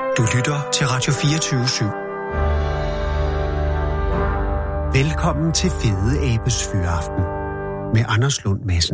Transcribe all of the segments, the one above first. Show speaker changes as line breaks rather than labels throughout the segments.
Du lytter til Radio 24/7. Velkommen til Fede Abes Fyraften med Anders Lund Madsen.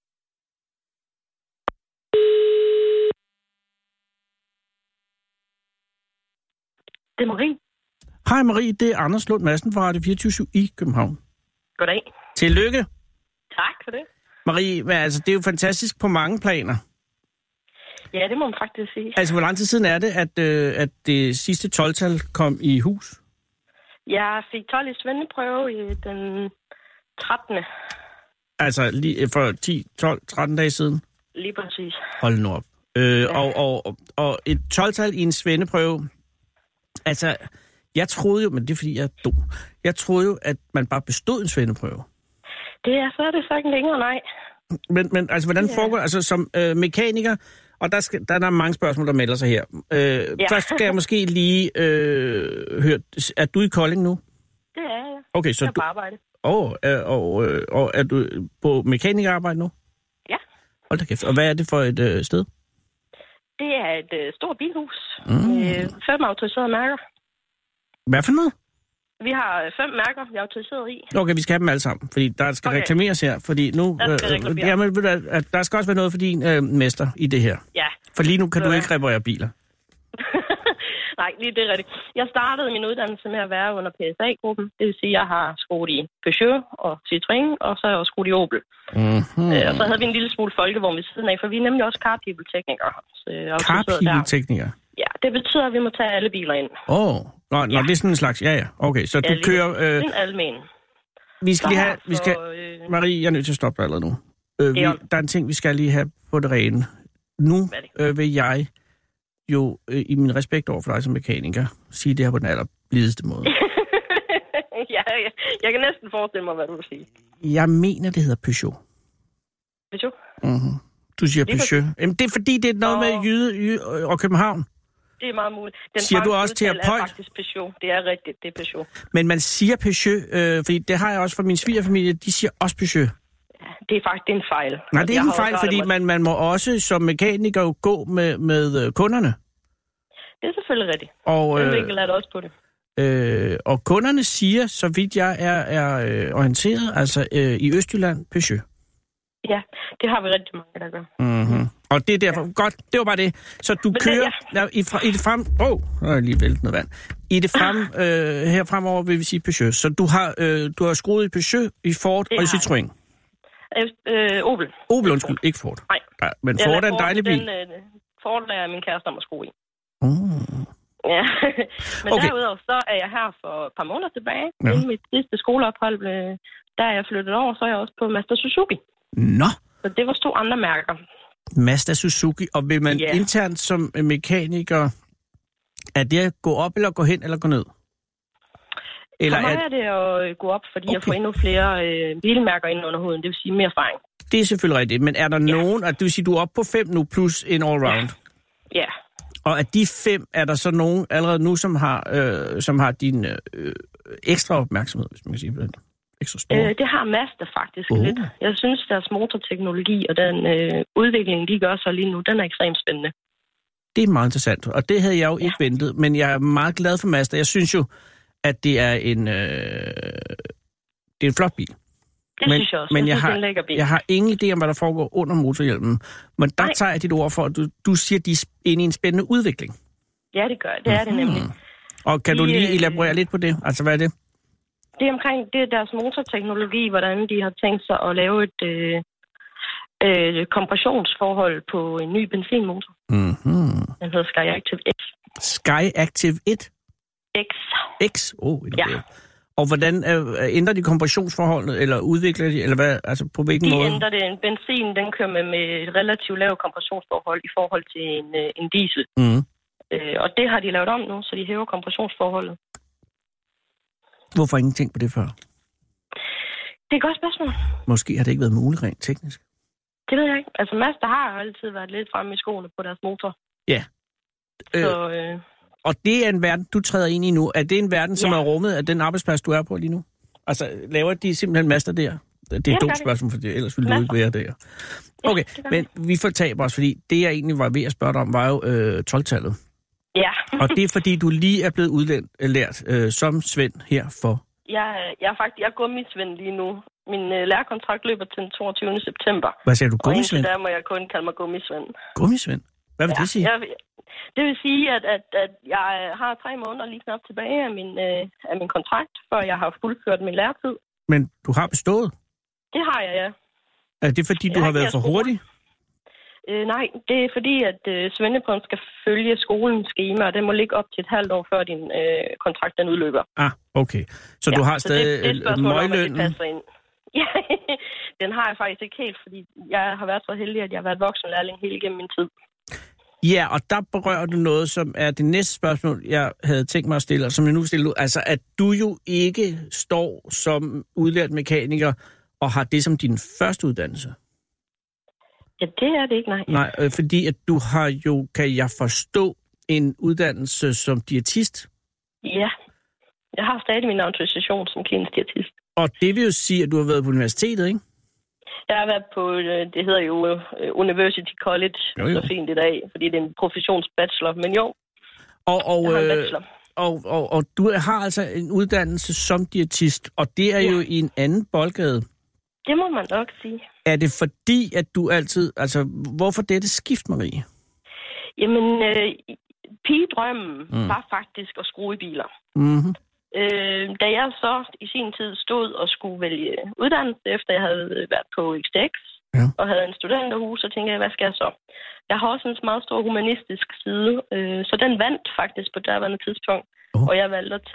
Det er Marie.
Hej Marie, det er Anders Lund Madsen fra Radio 24/7 i København.
Goddag.
Tillykke.
Tak for det.
Marie, altså, det er jo fantastisk på mange planer.
Ja, det må man faktisk sige.
Altså, hvor lang tid siden er det, at det sidste 12-tal kom i hus?
Jeg fik 12 i svendeprøve i den 13.
Altså, lige for 10, 12, 13 dage siden?
Lige præcis.
Hold nu op. Og et 12-tal i en svendeprøve. Altså, jeg troede jo, men det er fordi, jeg er dum. Jeg troede jo, at man bare bestod en svendeprøve.
Det er så ikke længere, nej.
Men altså, hvordan foregår det? Altså, som mekaniker, og der er mange spørgsmål, der melder sig her. Først skal jeg måske lige høre, er du i Kolding nu?
Det er jeg.
Okay, så
jeg er på arbejde.
Og er du på mekanikerarbejde nu?
Ja.
Hold da kæft. Og hvad er det for et sted?
Det er et stort bilhus med 5 autoriserede mærker.
Hvad for noget?
Vi har 5 mærker, vi er autoriseret i.
Okay, vi skal have dem alle sammen, fordi der skal reklameres her. Fordi nu, der skal også være noget for din mester i det her.
Ja.
For lige nu kan du ikke reparere biler.
Nej, lige det er rigtigt. Jeg startede min uddannelse med at være under PSA-gruppen. Det vil sige, at jeg har skolet i Peugeot og Citroën, og så har jeg også skolet i Opel.
Mm-hmm.
Og så havde vi en lille smule folkevogn ved siden af, for vi er nemlig også car-people-teknikere.
Car-people-teknikere?
Ja, det betyder, at vi må tage alle biler ind.
Nå, det er sådan en slags... Ja. Okay, så du kører...
en almen.
Vi skal lige have... Marie, jeg er nødt til at stoppe dig allerede nu. Der er en ting, vi skal lige have på det rene. Nu vil jeg jo i min respekt over for dig som mekaniker sige det her på den allerblideste måde.
Jeg kan næsten forestille mig, hvad du vil sige.
Jeg mener, det hedder Peugeot.
Peugeot?
Mm-hmm. Du siger Peugeot. Jamen, det er fordi, det er noget med Jyde og København.
Det er meget muligt. Den
siger du også terapeut?
Er faktisk Peugeot. Det er rigtigt, det er Peugeot.
Men man siger Peugeot, fordi det har jeg også fra min svigerfamilie, de siger også Peugeot.
Ja, det er faktisk en fejl.
Nej, det er ikke en fejl, fordi man må også som mekaniker jo gå med kunderne.
Det er selvfølgelig rigtigt.
Og,
den vinkel er der også på det.
Og kunderne siger, så vidt jeg er orienteret, altså i Østjylland, Peugeot.
Ja, det har vi rigtig mange, der gør.
Mm-hmm. Og det er derfor... Godt, det var bare det. Så du kører i det frem... nu er jeg lige væltet noget vand. I det frem... her fremover vil vi sige Peugeot. Så du har skruet i Peugeot, i Ford og i Citroën.
Opel.
Opel, undskyld. Ikke Ford.
Nej.
Men Ford er en dejlig bil.
Ford er min kæreste om at skrue i. Ja, men derudover så er jeg her for et par måneder tilbage. Ja. Inden mit sidste skoleophold, der er jeg flyttet over, så er jeg også på Mazda Suzuki.
Nå!
Så det var 2 andre mærker.
Mazda Suzuki, og vil man internt som mekaniker, er det at gå op eller gå hen eller gå ned?
Eller for mig er det at gå op, fordi jeg får endnu flere bilmærker ind under huden, det vil sige mere erfaring.
Det er selvfølgelig rigtigt, men er der nogen, at det vil sige, du er oppe på 5 nu, plus en allround?
Ja.
Og af de 5, er der så nogen allerede nu, som har din ekstra opmærksomhed, hvis man kan sige det? Ekstra stor?
Det har Mazda faktisk lidt. Jeg synes, deres motorteknologi og den udvikling, de gør så lige nu, den er ekstremt spændende. Det
er meget interessant, og det havde jeg jo ikke ventet, men jeg er meget glad for Mazda. Jeg synes jo, at det er en flot bil.
Det synes jeg også.
Men jeg har ingen idé om, hvad der foregår under motorhjelmen. Men der tager jeg dit ord for, at du siger, at de er inde i en spændende udvikling.
Ja, det gør jeg. Det er det nemlig.
Og kan du lige elaborere lidt på det? Altså, hvad er det?
Det er omkring deres motorteknologi, hvordan de har tænkt sig at lave et kompressionsforhold på en ny benzinmotor.
Mm-hmm.
Den hedder Skyactiv X.
Skyactiv 1?
X.
X? Og hvordan ændrer de kompressionsforholdet, eller udvikler de, eller hvad, altså på hvilken måde?
De ændrer det. En benzin, den kører med et relativt lavt kompressionsforhold i forhold til en diesel.
Mm.
Og det har de lavet om nu, så de hæver kompressionsforholdet.
Hvorfor ingenting på det før?
Det er et godt spørgsmål.
Måske har det ikke været muligt rent teknisk.
Det ved jeg ikke. Altså Mazda har altid været lidt fremme i skoene på deres motor.
Ja. Og det er en verden, du træder ind i nu. Er det en verden, som er rummet af den arbejdsplads, du er på lige nu? Altså, laver de simpelthen Mazda der? Det er et dumt spørgsmål, for det, ellers ville du ikke være der. Okay, men vi får tabe os, fordi det, jeg egentlig var ved at spørge dig om, var jo 12-tallet.
Ja.
Og det er fordi, du lige er blevet udlært som Svend her for...
Jeg er gummisvend lige nu. Min lærerkontrakt løber til den 22. september.
Hvad siger du, gummisvend?
Og der må jeg kun kalde mig gummisvend.
Gummisvend? Hvad vil det sige?
Det vil sige, at jeg har 3 måneder lige knap tilbage af min kontrakt, før jeg har fuldført min læretid.
Men du har bestået?
Det har jeg, ja.
Er det fordi, du har været for hurtig?
Nej, det er fordi, at svendeprøven skal følge skolens schema, og den må ligge op til et halvt år, før din kontrakt den udløber.
Ah, okay. Så du har stadig møglønnen?
Ja, den har jeg faktisk ikke helt, fordi jeg har været så heldig, at jeg har været voksenlærling hele igennem min tid.
Ja, og der berører du noget, som er det næste spørgsmål, jeg havde tænkt mig at stille, og som jeg nu stiller. Altså, at du jo ikke står som udlært mekaniker og har det som din første uddannelse.
Ja, det er det ikke, nej.
Nej, fordi at du har jo, kan jeg forstå, en uddannelse som diætist.
Ja, jeg har stadig min autorisation som klinisk diætist.
Og det vil jo sige, at du har været på universitetet, ikke?
Jeg har været på, det hedder jo University College, så fint i dag, fordi det er en professionsbachelor, men jo, jeg har en bachelor.
Og du har altså en uddannelse som diætist, og det er jo i en anden boldgade.
Det må man nok sige.
Er det fordi, at du altid... Altså, hvorfor dette skift, Marie?
Jamen, pigedrømmen var faktisk at skrue i biler.
Mm-hmm.
Da jeg så i sin tid stod og skulle vælge uddannelse, efter jeg havde været på XTX og havde en studenterhus, så tænkte jeg, hvad skal jeg så? Jeg har også en meget stor humanistisk side, så den vandt faktisk på derværende tidspunkt, og jeg valgte at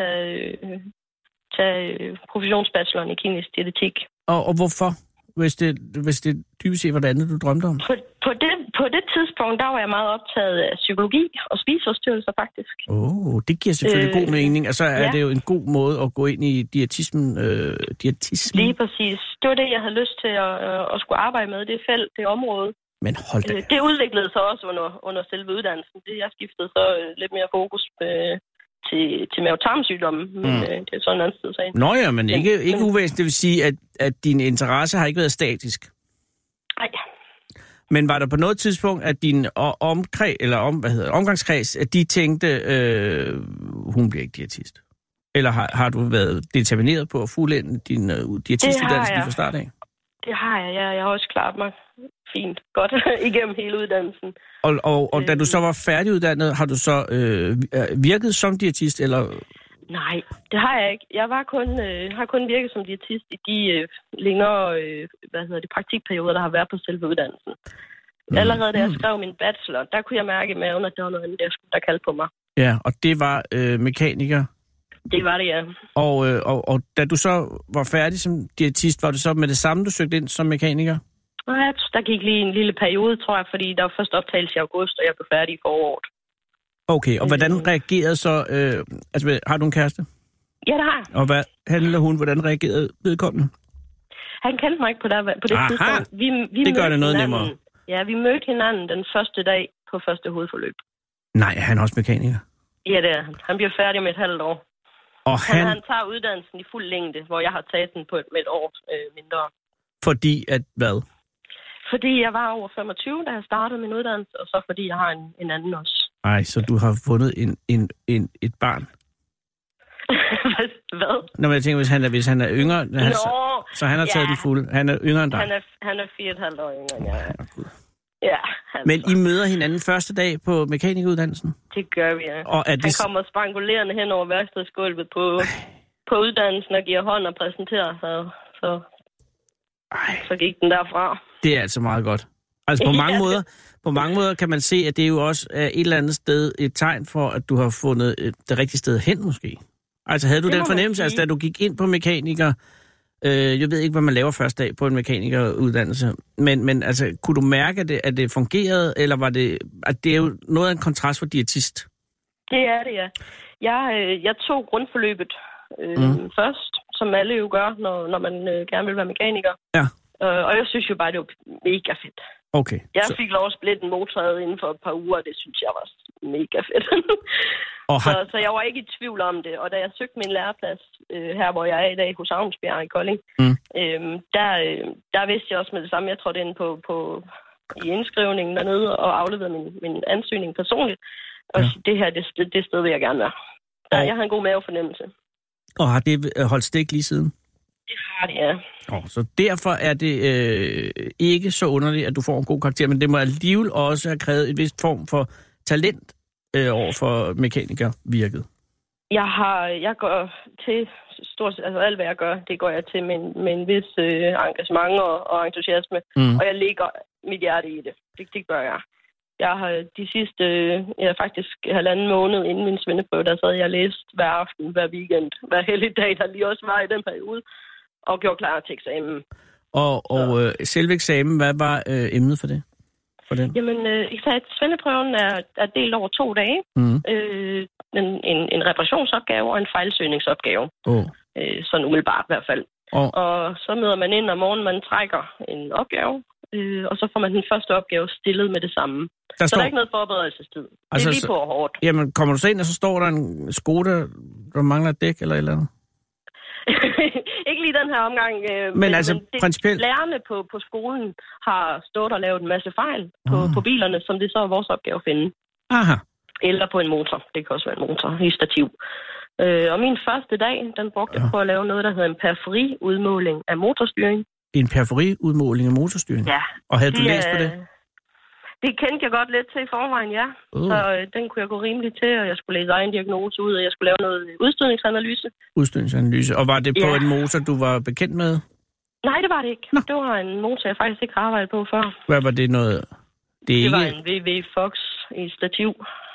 tage professionsbacheloren i klinisk dietetik. Og
hvorfor? Hvis det dybest set var det andet, du drømte om?
På det tidspunkt, der var jeg meget optaget af psykologi og spiseforstyrrelser, faktisk.
Det giver selvfølgelig god mening. Altså er det jo en god måde at gå ind i diætismen.
Lige præcis. Det var det, jeg havde lyst til at skulle arbejde med, det felt, det område.
Men hold da.
Det udviklede sig også under selve uddannelsen. Jeg skiftede så lidt mere fokus til mavetarmsygdomme, men det er sådan en anden side sagen.
Nå ja, men ikke uvæsentligt. Det vil sige, at din interesse har ikke været statisk.
Nej.
Men var der på noget tidspunkt, at din omgangskreds, at de tænkte, hun bliver ikke diætist? Eller har du været determineret på at fuldende din diætistuddannelse lige fra start af?
Det har jeg. Jeg har også klaret mig fint godt igennem hele uddannelsen.
Og da du så var færdiguddannet, har du så virket som diætist, eller? Nej,
det har jeg ikke. Jeg har kun virket som diætist i de længere praktikperioder, der har været på selve uddannelsen. Allerede da jeg skrev min bachelor, der kunne jeg mærke i maven, at der var noget andet, der kaldte på mig.
Ja, og det var mekaniker?
Det var det, ja.
Og da du så var færdig som diætist, var det så med det samme, du søgte ind som mekaniker?
Nej, der gik lige en lille periode, tror jeg, fordi der var først optagelse i august, og jeg blev færdig i foråret.
Okay, og hvordan reagerede så... har du en kæreste?
Ja, det har jeg.
Og hvad handler hun? Hvordan reagerede vedkommende?
Han kendte mig ikke på det tidspunkt.
Det gør det noget nemmere.
Ja, vi mødte hinanden den første dag på første hovedforløb.
Nej, han er også mekaniker?
Ja, det er han. Han bliver færdig med et halvt år.
Og
han tager uddannelsen i fuld længde, hvor jeg har taget den med et år mindre.
Fordi at hvad?
Fordi jeg var over 25, da jeg startede min uddannelse, og så fordi jeg har en anden også.
Nej, så du har fundet et barn?
Hvad?
Nå, men jeg tænker, hvis han er yngre, så han har taget den fulde. Han er yngre end dig.
Han er 4,5 år yngre end jeg er.
Ja, men I møder hinanden første dag på mekanikuddannelsen?
Det gør vi, ja. Han kommer spangulerende hen over værkstedsgulvet på uddannelsen og giver hånd og præsenterer sig. Så gik den derfra.
Det er altså meget godt. Altså på mange måder kan man se, at det jo også er et eller andet sted et tegn for, at du har fundet det rigtige sted hen måske. Altså havde du den fornemmelse, altså da du gik ind på mekaniker, jeg ved ikke, hvad man laver første dag på en mekanikeruddannelse, men altså kunne du mærke, at det fungerede, eller var det, at det er jo noget af en kontrast for diætist?
Det er det, ja. Jeg tog grundforløbet først, som alle jo gør, når man gerne vil være mekaniker. Ja. Og jeg synes jo bare, det var mega fedt.
Okay.
Jeg fik lov at splitte en motorrad inden for et par uger, og det synes jeg var mega fedt. Så jeg var ikke i tvivl om det. Og da jeg søgte min læreplads her, hvor jeg er i dag hos Avnsbjerg i Kolding, der vidste jeg også med det samme. Jeg trådte ind i indskrivningen dernede og afleverede min ansøgning personligt. Og det her, det sted vil jeg gerne være. Jeg har en god mavefornemmelse.
Og har det holdt stik lige siden?
Det har det, ja.
Så derfor er det ikke så underligt, at du får en god karakter, men det må alligevel også have krævet en vis form for talent over for mekanikervirket.
Jeg går til stort, altså alt hvad jeg gør, det går jeg til med en vis engagement og entusiasme, og jeg lægger mit hjerte i det. Det gør jeg. Jeg har de sidste, faktisk 1,5 måned inden min svendeprøve, der sad jeg læst hver aften, hver weekend, hver helligdag, der lige også var i den periode, og gjorde klar til eksamen.
Og selve eksamen, hvad var emnet for det? For den?
Jamen, svendeprøven er delt over 2 dage. En reparationsopgave og en fejlsøgningsopgave. Sådan umiddelbart i hvert fald. Og så møder man ind om morgenen, man trækker en opgave, og så får man den første opgave stillet med det samme. Så der er ikke noget forberedelsestid. Altså, det er lige på hårdt.
Jamen, kommer du så ind, og så står der en Skoda, der mangler et dæk eller et eller andet?
Ikke lige den her omgang.
Men altså, principielt...
Lærerne på skolen har stået og lavet en masse fejl på bilerne, som det så er vores opgave at finde.
Aha.
Eller på en motor. Det kan også være en motor i stativ. Og min første dag, den brugte jeg på at lave noget, der hedder en periferiudmåling af motorstyring.
En periferiudmåling af motorstyring?
Ja.
Og havde du læst på det?
Det kendte jeg godt lidt til i forvejen, ja. Så den kunne jeg gå rimeligt til, og jeg skulle læse egen diagnose ud, og jeg skulle lave noget udstødningsanalyse.
Udstødningsanalyse. Og var det på en motor, du var bekendt med?
Nej, det var det ikke. Nå. Det var en motor, jeg faktisk ikke har arbejdet på før.
Hvad var det noget?
Det var en VW Fox i stativ.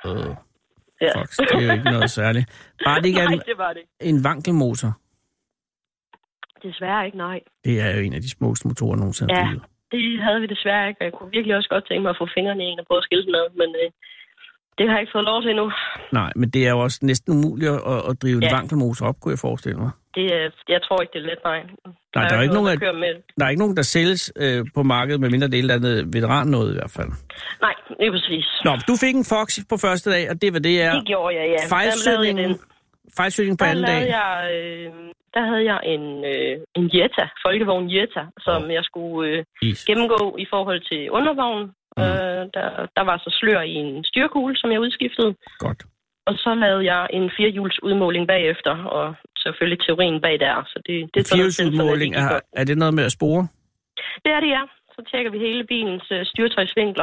Ja. Fox, det er jo ikke noget særligt. Bare det ikke en vankelmotor?
Desværre ikke, nej.
Det er jo en af de smukkeste motorer nogensinde.
Ja, det havde vi desværre ikke, og jeg kunne virkelig også godt tænke mig at få fingrene i en og prøve at skille den ad, men det har jeg ikke fået lov til endnu. Nej, men det er jo også næsten umuligt at drive en vankelmotor op, kunne jeg forestille mig. Jeg tror ikke, det er let, nej.
Nej, der er ikke nogen, der sælges på markedet, med mindre del af noget veteran noget i hvert fald.
Nej, det er præcis.
Nå, du fik en Fox på første dag, og det var det,
Det gjorde jeg, ja.
Fejlsøgning på anden dag.
Der havde jeg en Jetta, folkevogn Jetta, som jeg skulle gennemgå i forhold til undervognen. Der var så slør i en styrkugle, som jeg udskiftede.
Godt.
Og så lavede jeg en 4-hjuls udmåling bagefter, og selvfølgelig teorien bag der. Så det
4-hjuls-udmåling, er det noget med at spore?
Det er det, ja. Så tjekker vi hele bilens styretøjsvinkler.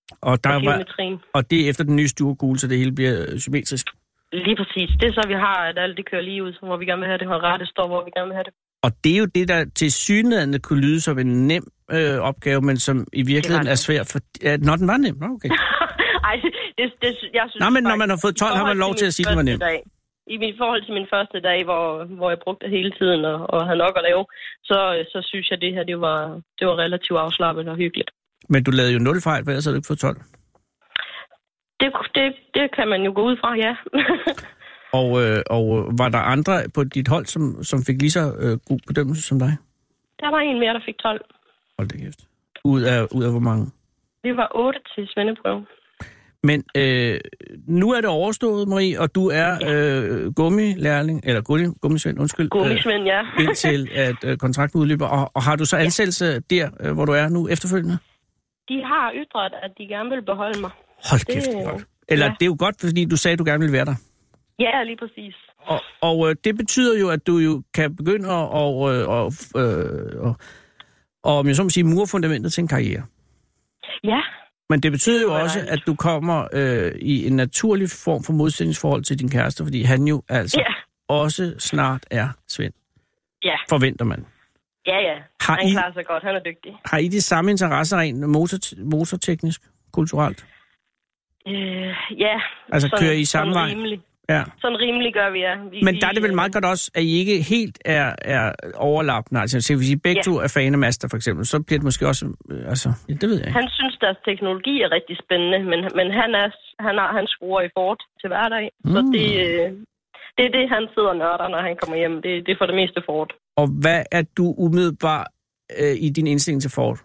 Og det er efter den nye styrkugle, så det hele bliver symmetrisk?
Lige præcis. Det er så, vi har, at alt det kører lige ud, hvor vi gerne vil have det, og rette står, hvor vi gerne vil have det.
Og det er jo det, der tilsyneladende kunne lyde som en nem opgave, men som i virkeligheden er svært. Nå, den var nem. Okay.
Ej, jeg synes...
Nå, men når man har fået 12, har man lov til at sige, at den var nem.
I forhold til min første dag, hvor jeg brugte det hele tiden og havde nok at lave, så synes jeg, at det her det var relativt afslappet og hyggeligt.
Men du lavede jo 0 fejl, for ellers havde du ikke fået 12.
Det kan man jo gå ud fra, ja.
og var der andre på dit hold, som fik lige så god bedømmelse som dig?
Der var en mere, der fik 12.
Hold da kæft. Ud af hvor mange?
Det var 8 til svendeprøve.
Men nu er det overstået, Marie, og du er gummilærling, eller gummisvend, undskyld.
Gummisvend, ja.
Indtil at kontrakten udløber. Og har du så ansættelse der, hvor du er nu efterfølgende?
De har ytret, at de gerne vil beholde mig.
Hold kæft, det er godt. Eller det er jo godt, fordi du sagde, at du gerne ville være der.
Ja, lige præcis.
Og det betyder jo, at du jo kan begynde om jeg så må sige, mure fundamentet til en karriere.
Ja.
Men det betyder jo også, at du kommer i en naturlig form for modsætningsforhold til din kæreste, fordi han jo altså også snart er Svend.
Ja.
Forventer man.
Ja. Han klarer sig godt. Han er dygtig.
Har I de samme interesser rent motorteknisk, kulturelt?
Ja.
Altså kører I samme vej?
Rimelig.
Ja.
Sådan rimelig gør vi, ja.
Men der er det vel meget godt også, at I ikke helt er overlappende. Altså hvis I begge to er fan af Mazda for eksempel, så bliver det måske også... det ved jeg ikke.
Han synes, deres teknologi er rigtig spændende, men han skruer i Ford til hverdag. Så det er det, han sidder og nørder, når han kommer hjem. Det er for det meste Ford. Og
hvad er du umiddelbart i din indstilling til Ford?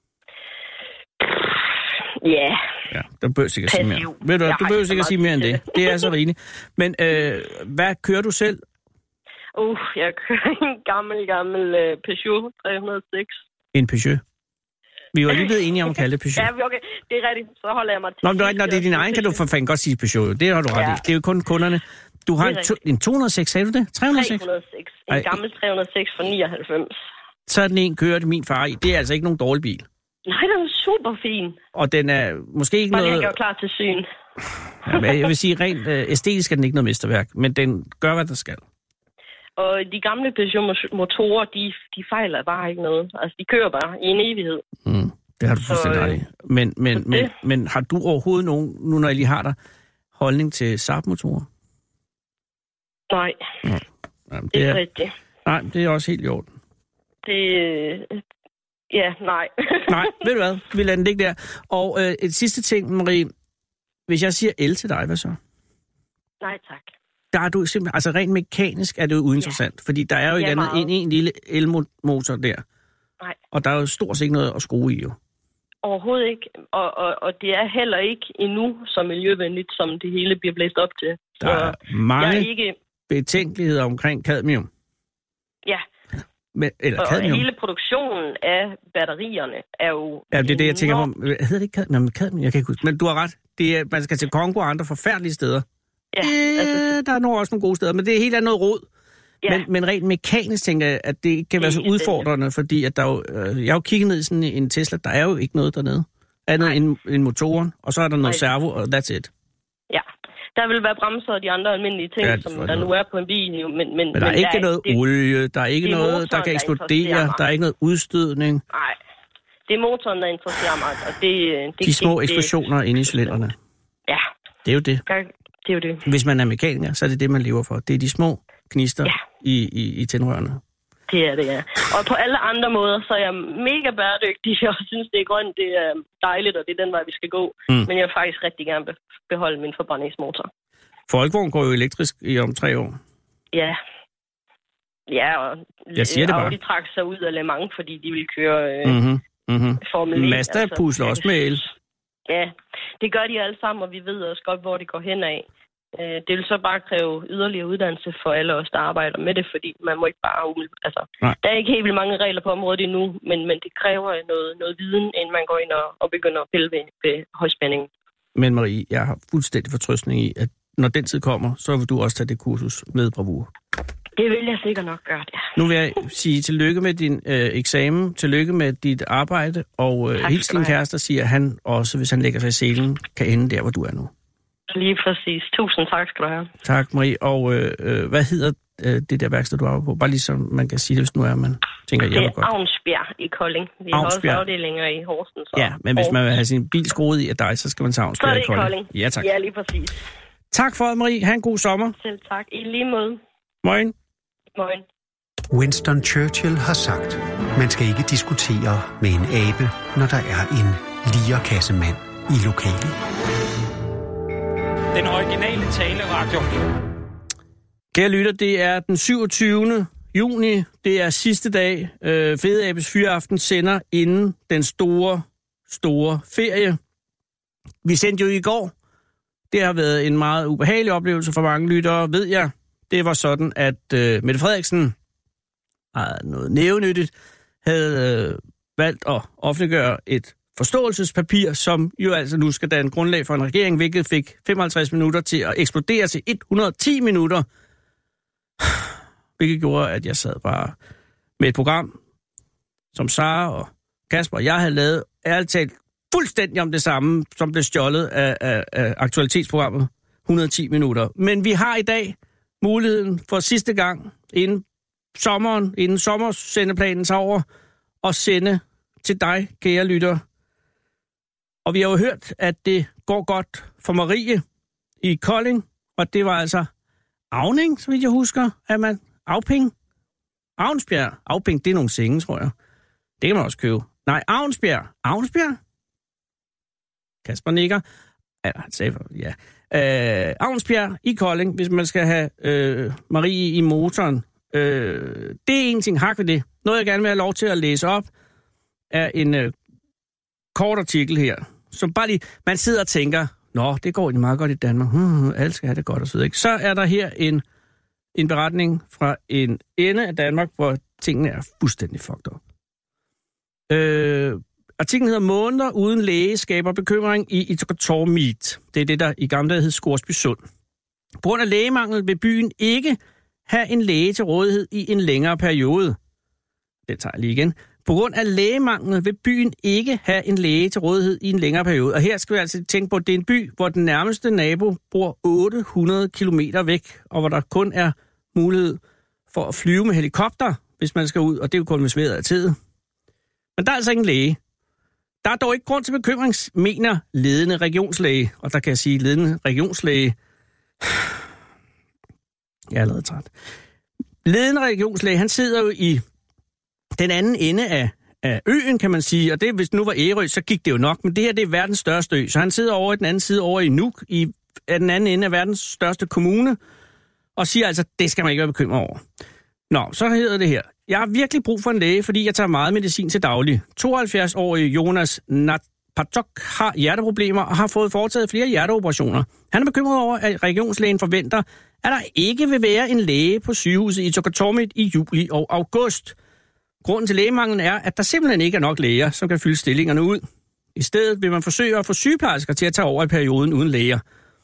Ja,
der behøver ikke at sige mere. Ved du, du behøver ikke at sige mere end det. Det er så rigeligt. Men hvad kører du selv?
Jeg kører en gammel Peugeot 306.
En Peugeot? Vi var lige blevet enige om at kalde det Peugeot.
Ja, okay. Det er rigtigt. Så holder jeg mig til.
Når det er din egen, kan du for fanden godt sige Peugeot. Det har du ret i. Det er jo kun kunderne. Du har en 206, sagde du det? 306?
306. En gammel 306 fra 99.
Sådan en kørte min far i. Det er altså ikke nogen dårlig bil.
Nej, den er super fin.
Og den er måske ikke noget...
Bare den er klar til syn.
Ja, jeg vil sige, rent æstetisk er den ikke noget mesterværk, men den gør, hvad der skal.
Og de gamle Peugeot-motorer, de fejler bare ikke noget. Altså, de kører bare i en evighed.
Det har du fuldstændig ret i. Men har du overhovedet nogen, nu når jeg lige har dig, holdning til Saab-motorer?
Nej.
Jamen,
det er rigtigt.
Nej, det er også helt i orden.
Ja, nej.
Nej, ved du hvad? Vi lader den ligge der. Og et sidste ting, Marie. Hvis jeg siger el til dig, hvad så?
Nej, tak.
Der er du simpelthen, altså rent mekanisk er det jo uinteressant, fordi der er jo ikke andet end en lille elmotor der.
Nej.
Og der er jo stort set ikke noget at skrue i jo.
Overhovedet ikke. Og det er heller ikke endnu så miljøvenligt, som det hele bliver blæst op til.
Der er mange betænkeligheder omkring cadmium.
Ja.
Eller cadmium.
Og hele produktionen af batterierne er jo...
Ja, det er det, jeg tænker på. Hedder det ikke cadmium? Jeg kan ikke huske. Men du har ret. Det er, man skal til Congo og andre forfærdelige steder.
Ja,
der er også nogle gode steder, men det er helt andet noget rod. Ja. Men rent mekanisk tænker jeg, at det ikke kan være så udfordrende, fordi at der jo, jeg har jo kigget ned i sådan en Tesla, der er jo ikke noget dernede. Andet end motoren, og så er der noget servo, og that's it.
Ja, der vil være bremser og de andre almindelige ting, som der nu er på en bil. Men
der er ikke noget olie, der er ikke noget, der kan eksplodere, der er ikke noget udstødning.
Nej, det er motoren, der interesserer mig. Og det
de små eksplosioner inde i cylindrene.
Ja.
Det er jo det.
Det er jo det.
Hvis man er mekaniker, så er det det, man lever for. Det er de små gnister i tændrørene.
Det er det, ja. Og på alle andre måder, så er jeg mega bæredygtig, og synes, det er grønt, det er dejligt, og det er den vej, vi skal gå. Men jeg vil faktisk rigtig gerne beholde min forbrændingsmotor.
Folkevogn går jo elektrisk om 3 år.
Ja. Ja, og
jeg siger det bare.
Audi trak sig ud af Le Mans, fordi de ville køre Formel 1.
Mazda pusler også med el.
Ja, det gør de alle sammen, og vi ved også godt, hvor det går hen af. Det vil så bare kræve yderligere uddannelse for alle os, der arbejder med det, fordi man må ikke bare... der er ikke helt vildt mange regler på området endnu, men det kræver noget viden, inden man går ind og begynder at pille ved højspændingen.
Men Marie, jeg har fuldstændig fortrøstning i, at når den tid kommer, så vil du også tage det kursus med bravur.
Det vil jeg sikkert nok gøre, ja.
Nu vil jeg sige tillykke med din eksamen, tillykke med dit arbejde, og hils din kæreste siger, at han også, hvis han lægger sig i selen, kan ende der, hvor du er nu.
Lige præcis. Tusind tak skal du have.
Tak, Marie. Og hvad hedder det der værksted, du arbejder på? Bare ligesom man kan sige det, hvis nu er man tænker,
det er Avnsbjerg i Kolding. Vi har også afdelinger i Horsens.
Ja, men hvis man vil have sin bil skruet i af dig, så skal man til Avnsbjerg i Kolding.
Ja, tak. Ja, lige præcis.
Tak for det, Marie. Ha' en god sommer.
Selv tak. I lige måde.
Moin.
Moin.
Winston Churchill har sagt, man skal ikke diskutere med en abe, når der er en lierkassemand i lokalet.
Den originale taleradio.
Kære lytter, det er den 27. juni. Det er sidste dag. Fede Abes Fyraften sender inden den store ferie. Vi sendte jo i går. Det har været en meget ubehagelig oplevelse for mange lyttere, ved jeg. Det var sådan, at Mette Frederiksen, noget nævenyttigt, havde valgt at offentliggøre et forståelsespapir, som jo altså nu skal danne grundlag for en regering, hvilket fik 55 minutter til at eksplodere til 110 minutter. Hvilket gjorde, at jeg sad bare med et program, som Sara og Kasper og jeg havde lavet, ærligt talt fuldstændig om det samme, som blev stjålet af aktualitetsprogrammet 110 minutter. Men vi har i dag muligheden for sidste gang inden sommersendeplanen tager over, at sende til dig, kære lytter. Og vi har jo hørt, at det går godt for Marie i Kolding, og det var altså Avning, så vidt jeg husker, at man Avping. Avnsbjerg. Avping, det er nogle senge, tror jeg. Det kan man også købe. Nej, Avnsbjerg. Avnsbjerg? Kasper nikker. Ja, han sagde, ja. Avnsbjerg i Kolding, hvis man skal have Marie i motoren. Det er en ting, hak ved det. Noget, jeg gerne vil have lov til at læse op, er en kort artikel her, som bare lige, man sidder og tænker, nå, det går egentlig meget godt i Danmark, alle skal have det godt og så videre. Så er der her en beretning fra en ende af Danmark, hvor tingene er fuldstændig fucked up. Artiklen hedder Måneder uden læge skaber bekymring i Ittoqqortoormiit. Det er det, der i gamle dage hed Scoresby Sund. På grund af lægemangel vil byen ikke have en læge til rådighed i en længere periode. Det tager jeg lige igen. På grund af lægemangel vil byen ikke have en læge til rådighed i en længere periode. Og her skal vi altså tænke på, at det er en by, hvor den nærmeste nabo bor 800 kilometer væk, og hvor der kun er mulighed for at flyve med helikopter, hvis man skal ud, og det er jo kun hvis vejret er tid. Men der er altså ingen læge. Der er dog ikke grund til bekymring, mener ledende regionslæge. Og der kan jeg sige, ledende regionslæge... Jeg er allerede træt. Ledende regionslæge, han sidder jo i den anden ende af øen, kan man sige. Og det, hvis det nu var Ærø, så gik det jo nok. Men det her, det er verdens største ø. Så han sidder over i den anden side, over i Nuuk, i den anden ende af verdens største kommune, og siger altså, det skal man ikke være bekymret over. Nå, så hedder det her. Jeg har virkelig brug for en læge, fordi jeg tager meget medicin til daglig. 72-årige Jonas Napatok har hjerteproblemer og har fået foretaget flere hjerteoperationer. Han er bekymret over, at regionslægen forventer, at der ikke vil være en læge på sygehuset i Ittoqqortoormiit i juli og august. Grunden til lægemanglen er, at der simpelthen ikke er nok læger, som kan fylde stillingerne ud. I stedet vil man forsøge at få sygeplejersker til at tage over i perioden uden læger.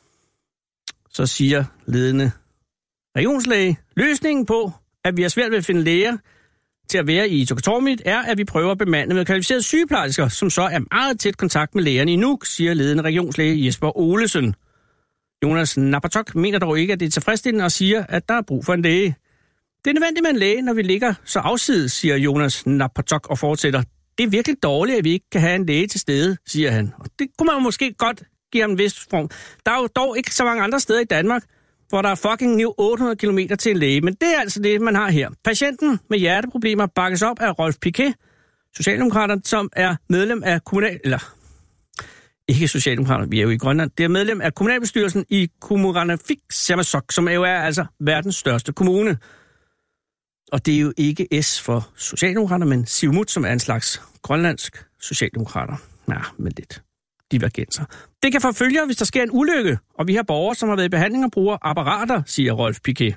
Så siger ledende regionslæge, løsningen på, at vi har svært ved at finde læger til at være i Ittoqqortoormiit, er, at vi prøver at bemande med kvalificerede sygeplejersker, som så er meget tæt kontakt med lægerne i Nuuk, siger ledende regionslæge Jesper Olesen. Jonas Napatok mener dog ikke, at det er tilfredsstillende og siger, at der er brug for en læge. Det er nødvendigt med en læge, når vi ligger så afsides, siger Jonas Napatok og fortsætter. Det er virkelig dårligt, at vi ikke kan have en læge til stede, siger han. Og det kunne man måske godt give ham en vis form. Der er jo dog ikke så mange andre steder i Danmark, hvor der er fucking 800 km til en læge. Men det er altså det, man har her. Patienten med hjerteproblemer bakkes op af Rolf Piquet, socialdemokrater, som er medlem af ikke socialdemokrater, vi er jo i Grønland. Det er medlem af kommunalbestyrelsen i Qaqortoq Sermersooq, som jo er altså verdens største kommune. Og det er jo ikke S for socialdemokrater, men Siumut, som er en slags grønlandsk socialdemokrater. Ja, med lidt divergenser. Det kan forfølge, hvis der sker en ulykke, og vi har borgere, som har været i behandling og bruger apparater, siger Rolf Piquet.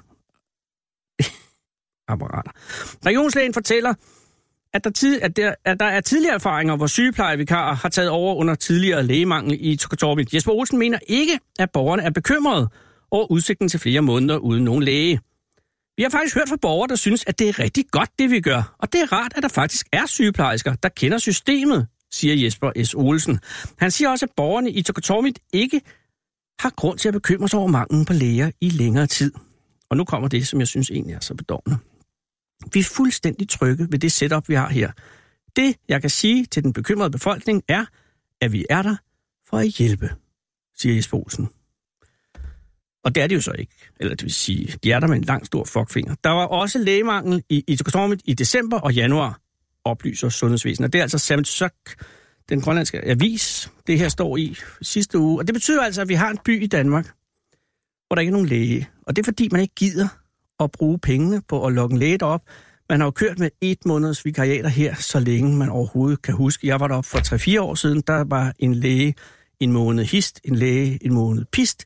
Apparater. Regionslægen fortæller, at der er tidligere erfaringer, hvor sygeplejevikarer har taget over under tidligere lægemangel i Ittoqqortoormiit. Jesper Olsen mener ikke, at borgerne er bekymrede over udsigten til flere måneder uden nogen læge. Vi har faktisk hørt fra borgere, der synes, at det er rigtig godt, det vi gør. Og det er rart, at der faktisk er sygeplejersker, der kender systemet, siger Jesper S. Olsen. Han siger også, at borgerne i Ittoqqortoormiit ikke har grund til at bekymre sig over manglen på læger i længere tid. Og nu kommer det, som jeg synes egentlig er så bedårende. Vi er fuldstændig trygge ved det setup, vi har her. Det, jeg kan sige til den bekymrede befolkning, er, at vi er der for at hjælpe, siger Jesper Olsen. Og det er det jo så ikke. Eller det vil sige, de er der med en lang stor fuckfinger. Der var også lægemangel i Ittoqqortoormiit i december og januar, oplyser sundhedsvæsenet. Og det er altså Sermersooq, den grønlandske avis, det her står i sidste uge. Og det betyder altså, at vi har en by i Danmark, hvor der ikke er nogen læge. Og det er fordi, man ikke gider at bruge pengene på at lokke en læge derop. Man har jo kørt med 1 måneds vikariater her, så længe man overhovedet kan huske. Jeg var deroppe for 3-4 år siden, der var en læge en måned hist, en læge en måned pist.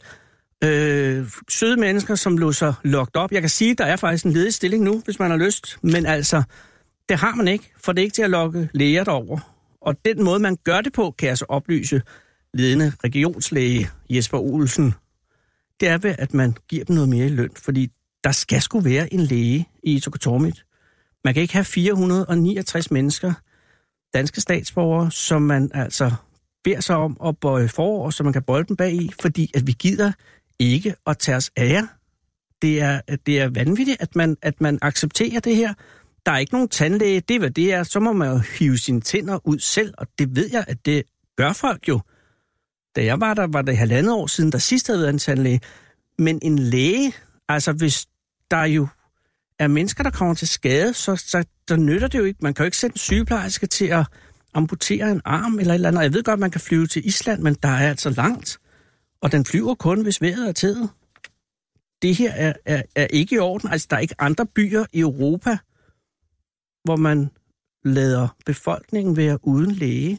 Søde mennesker, som blev så lukket op. Jeg kan sige, at der er faktisk en ledig stilling nu, hvis man har lyst. Men altså, det har man ikke, for det er ikke til at lokke læger derover. Og den måde, man gør det på, kan jeg så oplyse ledende regionslæge Jesper Olsen. Det er ved, at man giver dem noget mere i løn, fordi der skal sgu være en læge i Ittoqqortoormiit. Man kan ikke have 469 mennesker, danske statsborgere, som man altså beder sig om at bøje forover, så man kan bolde dem bag i, fordi at vi gider ikke at tage os af jer. Det er vanvittigt, at man accepterer det her. Der er ikke nogen tandlæge, det er hvad det er. Så må man jo hive sine tænder ud selv, og det ved jeg, at det gør folk jo. Da jeg var der, var det 1,5 år siden, der sidst havde været en tandlæge. Men en læge, altså hvis der jo er mennesker, der kommer til skade, så nytter det jo ikke. Man kan jo ikke sætte en sygeplejerske til at amputere en arm eller et eller andet. Jeg ved godt, man kan flyve til Island, men der er altså langt. Og den flyver kun, hvis vejret er tæt. Det her er ikke i orden. Altså, der er ikke andre byer i Europa, hvor man lader befolkningen være uden læge.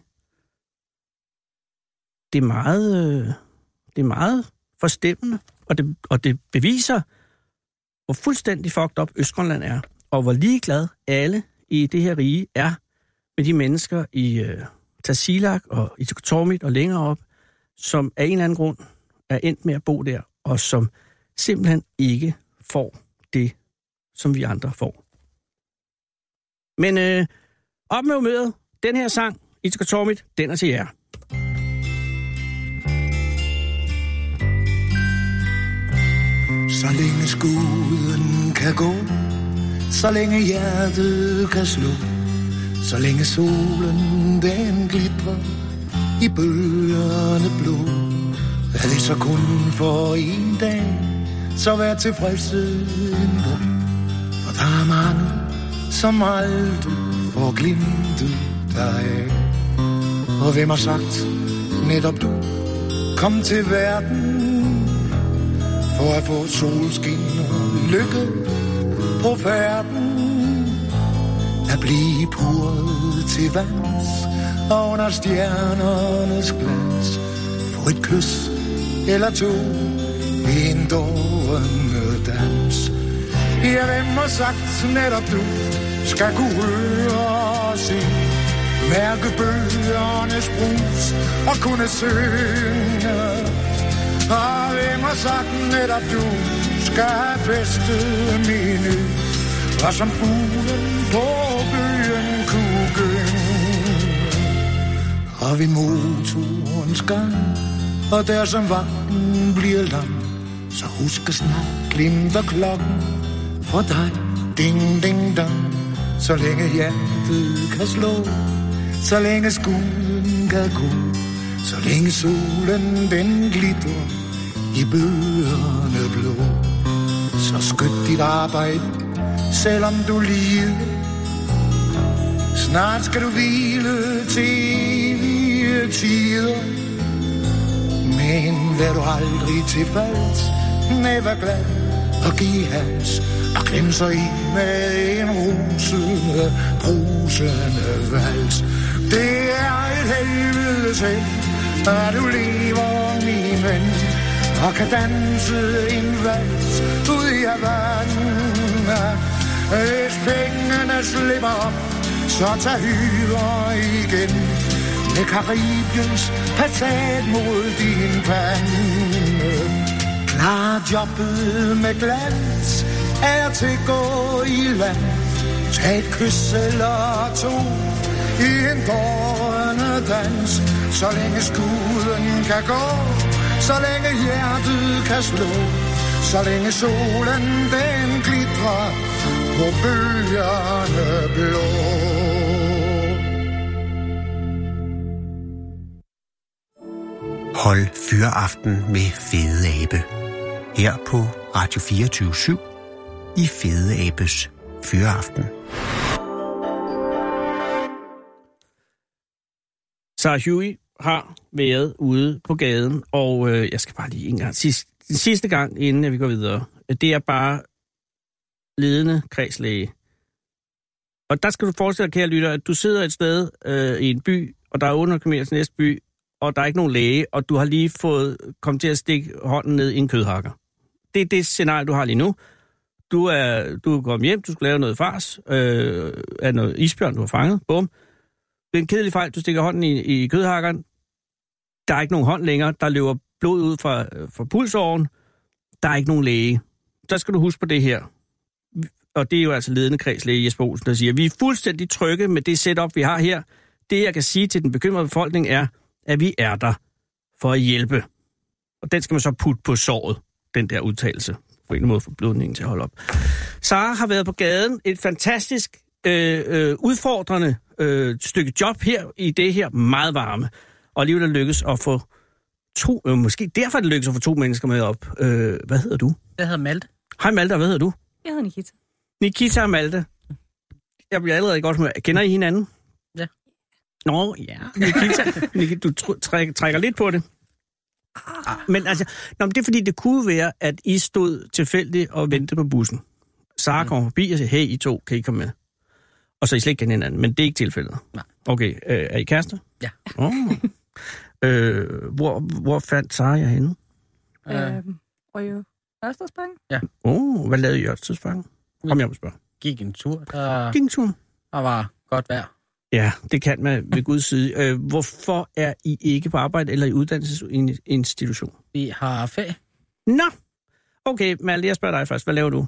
Det er meget forstemmende, og det beviser, hvor fuldstændig fucked up Østgrønland er, og hvor ligeglad alle i det her rige er med de mennesker i Tasiilaq og Ittoqqortoormiit og længere op, som af en eller anden grund er endt med at bo der, og som simpelthen ikke får det, som vi andre får. Men op med humøret. Den her sang, Ittoqqortoormiit, den er til jer.
Så længe skuden kan gå, så længe hjertet kan slå, så længe solen den glitrer i bølgerne blå, er det så kun for en dag, så vær tilfredsen da. For der er mange, som aldrig får glimtet dig. Og hvem har sagt, netop du kom til verden for at få solskin og lykke på færden, at blive puret til vands og under stjernernes glans, få et kys eller to i en dårende dans. Ja, hvem har sagt netop du skal kunne høre og se, mærke bølgernes brus og kunne synge. Og hvem har sagt netop du skal have bedste mine, og som fuglen på bøgen kunne gynge. Og ved motorens gang, og der som vagten bliver lang, så husk at snart glimter klokken for dig. Ding, ding, dong. Så længe hjertet kan slå, så længe skuden kan gå, så længe solen den glitter i bøgerne blå. Så skynd dit arbejde, selvom du lider. Snart skal du hvile til evige tider. Men vær du aldrig til falds, nej, vær glad og giv hals, og glem så i med en brusende vals. Det er et helvede selv, at du lever, min ven, og kan danse en vals ud i Havana. Hvis pengene slipper op, så tag hyre igen med Karibiens passat mod din pande. Klar jobbet med glans, er til at gå i land. Tag et kys eller to i en dårende dans. Så længe skuden kan gå, så længe hjertet kan slå, så længe solen den glitrer på bølgerne blå.
Hold Fyraften med Fede Abe. Her på Radio 24/7 i Fede Abes Fyraften.
Sarah Huey har været ude på gaden, og jeg skal bare lige en gang, sidste gang, inden vi går videre. Det er bare ledende kredslæge. Og der skal du forestille dig, kære lytter, at du sidder et sted i en by, og der er 800 km til næste by, og der er ikke nogen læge, og du har lige kommet til at stikke hånden ned i en kødhakker. Det er det scenarie, du har lige nu. Du er kommet hjem, du skal lave noget fars, af noget isbjørn, du har fanget. Bum. Det er en kedelig fejl, du stikker hånden i kødhakkeren. Der er ikke nogen hånd længere, der løber blod ud fra pulsåren. Der er ikke nogen læge. Så skal du huske på det her. Og det er jo altså ledende kredslæge Jesper Olsen, der siger, vi er fuldstændig trygge med det setup, vi har her. Det, jeg kan sige til den bekymrede befolkning, er, at vi er der for at hjælpe. Og den skal man så putte på såret, den der udtalelse. På en måde for blødningen til at holde op. Sarah har været på gaden. Et fantastisk udfordrende stykke job her i det her meget varme. Og alligevel er det lykkes at få måske derfor er det lykkes at få 2 mennesker med op. Hvad hedder du?
Jeg hedder Malte.
Hej Malte, hvad hedder du?
Jeg hedder Nikita.
Nikita og Malte. Jeg bliver allerede godt med. Kender I hinanden?
Ja.
Nå, ja. Nikita, du trækker lidt på det. Men altså, det er fordi, det kunne være, at I stod tilfældigt og ventede på bussen. Sarah kommer forbi og siger, hey, I to, kan I komme med? Og så I slet ikke kender hinanden, men det er ikke tilfældet.
Nej.
Okay, er I kærester?
Ja.
Hvor fandt Sarah jer henne?
Røge Ørstedsbanken?
Ja.
Hvad lavede I i Ørstedsbanken? Kom jeg op og spørge.
Gik en tur.
Gik en tur?
Der var godt vejr.
Ja, det kan man ved Guds side. Hvorfor er I ikke på arbejde eller i uddannelsesinstitution?
Vi har ferie.
Nå, okay, Malte, jeg spørger dig først. Hvad laver du?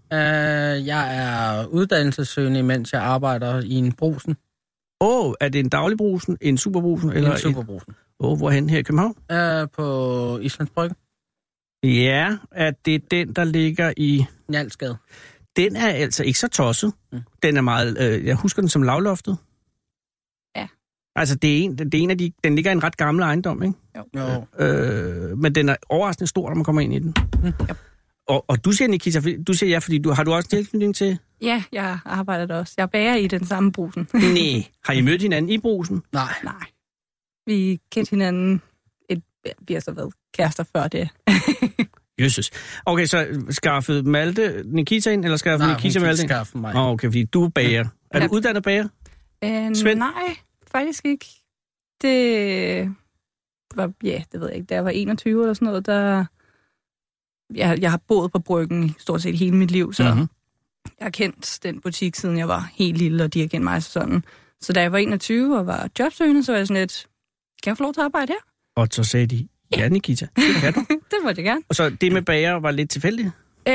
Jeg er uddannelsessøgende, mens jeg arbejder i en brusen.
Er det en daglig brusen, en superbrusen? Eller
en superbrusen.
Hvorhen her i København?
På Islands Brygge.
Ja, at det er den, der ligger i...
Njalsgade.
Den er altså ikke så tosset. Den er meget... jeg husker den som lavloftet.
Ja.
Altså, det er en af de... Den ligger i en ret gammel ejendom, ikke?
Jo.
Men den er overraskende stor, når man kommer ind i den.
Ja.
Og du siger, Nikita, du siger ja, fordi har du også tilknytning til?
Ja, jeg arbejder der også. Jeg bager i den samme brusen.
Nej. Har I mødt hinanden i brusen?
Nej.
Vi kendte hinanden... Vi har så været kærester før det.
Jesus. Okay, så skaffede Malte Nikita ind, eller skaffede Nikita Malte ind?
Nej, hun skaffede mig.
Okay, fordi du er bager. Er du uddannet bager? Svend?
Nej, faktisk ikke. Det var, det ved jeg ikke, da jeg var 21 eller sådan noget, der... Jeg har boet på Bryggen stort set hele mit liv, så jeg har kendt den butik, siden jeg var helt lille, og de har kendt mig sådan. Så da jeg var 21 og var jobsøgende, så var jeg sådan lidt, kan jeg få lov til at arbejde her?
Og så sagde de, ja, Nikita, det kan du.
Det måtte jeg gerne.
Og så det med bager var lidt tilfældigt?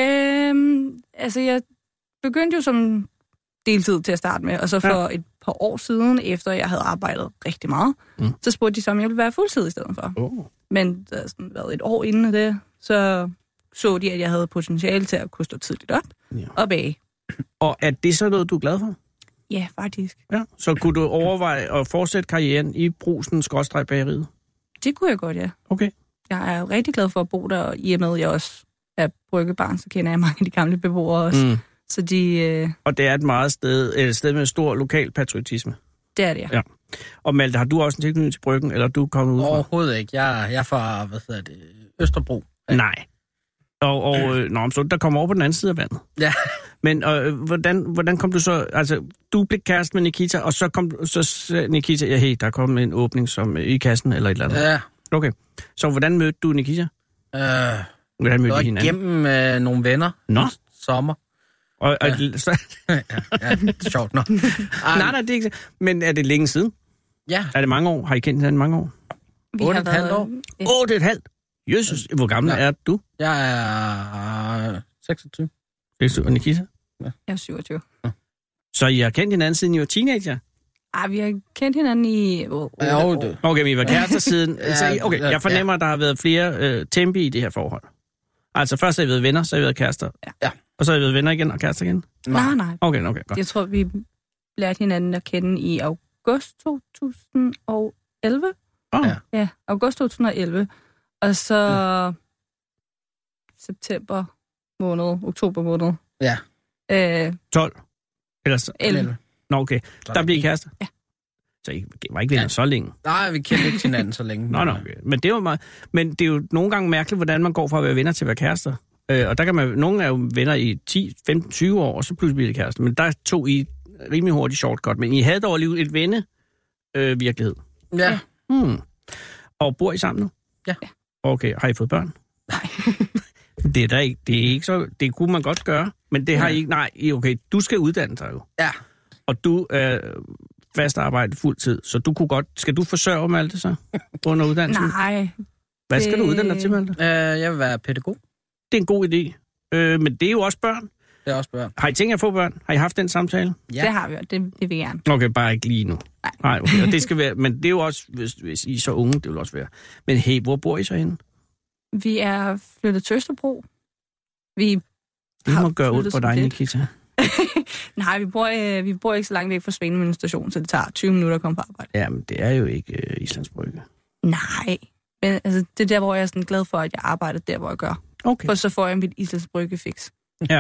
Altså, jeg begyndte jo som deltid til at starte med, og så for et par år siden, efter jeg havde arbejdet rigtig meget, så spurgte de så, om jeg ville være fuldtid i stedet for. Men der har sådan været et år inden det, så de, at jeg havde potentiale til at kunne stå tidligt op og bage.
Og er det så noget, du er glad for?
Ja, faktisk.
Ja. Så kunne du overveje at fortsætte karrieren i brusen/bageriet?
Det kunne jeg godt, ja.
Okay.
Jeg er rigtig glad for at bo der, i og med at jeg også er bryggebarn, så kender jeg mange af de gamle beboere også. Så de... Og det er et sted med stor lokal patriotisme? Det er det, ja.
Og Malte, har du også en tilknytning til Bryggen, eller er du kommet ud fra?
Overhovedet ikke. Jeg er fra, Østerbro.
Ja. Nej. Så der kommer over på den anden side af vandet.
Ja.
Men hvordan kom du så... Altså, du blev kæreste med Nikita, og så kom Nikita... Ja, hey, der kom en åbning som i kassen, eller et eller andet.
Ja.
Okay. Så hvordan mødte du Nikita? Hvordan mødte I hinanden?
Gennem nogle venner.
Nå?
Sommer.
Ja,
det er sjovt nok.
Nej, det er ikke. Men er det længe siden?
Ja.
Er det mange år? Har I kendt hinanden mange år?
8,5 år.
8,5? Jesus, hvor gammel er du?
Jeg er 26.
Og Nikita?
Ja. Jeg er 27.
Ja. Så I har kendt hinanden, siden I var teenager?
Vi har kendt hinanden i...
Okay, vi var kærester siden... Okay, jeg fornemmer, at der har været flere tempi i det her forhold. Altså, først har I været venner, så har I været kærester.
Ja.
Og så har I været venner igen og kærester igen?
Nej.
Okay, godt.
Jeg tror, vi lærte hinanden at kende i august 2011. Ja, august 2011. Og så september måned, oktober måned.
Ja.
12? Eller så?
11.
Nå, okay. Der blev I kærester? Ja. Så I var ikke venner så længe?
Nej, vi kendte ikke hinanden så længe.
Nå, okay. Men det er jo meget... Men det er jo nogle gange mærkeligt, hvordan man går fra at være venner til at være kærester. Og der kan man... Nogle er jo venner i 10, 15, 20 år, og så pludselig bliver det kærester. Men der tog I rimelig hurtigt shortcut. Men I havde dog alligevel et venne virkelighed.
Ja.
Og bor I sammen nu?
Ja.
Okay, har I fået børn?
Nej.
Det er der ikke. Det er ikke så... Det kunne man godt gøre, men det har I ikke... Nej, okay, du skal uddanne dig jo.
Ja.
Og du er fast arbejde fuldtid, så du kunne godt... Skal du forsørge Malte så under uddannelsen?
Nej.
Hvad skal du uddanne dig til, Malte?
Jeg vil være pædagog.
Det er en god idé. Men det er jo også børn.
Det er også børn.
Har I tænkt at få børn? Har I haft den samtale?
Ja. Det har vi, og det vil jeg gerne.
Okay, bare ikke lige nu. Nej, okay. Og det skal være... Men det er jo også... Hvis I er så unge, det vil også være... Men hey, hvor bor I så henne?
Vi er flyttet til Østerbro.
Det må gøre ud på dig, Nikita.
Nej, vi bor ikke så langt væk fra Svanemøllen station, så det tager 20 minutter at komme på arbejde.
Ja, men det er jo ikke Islands Brygge.
Nej, men altså, det er der, hvor jeg er sådan glad for, at jeg arbejder der, hvor jeg gør.
Okay.
For så får jeg mit Islands Brygge fix.
Ja,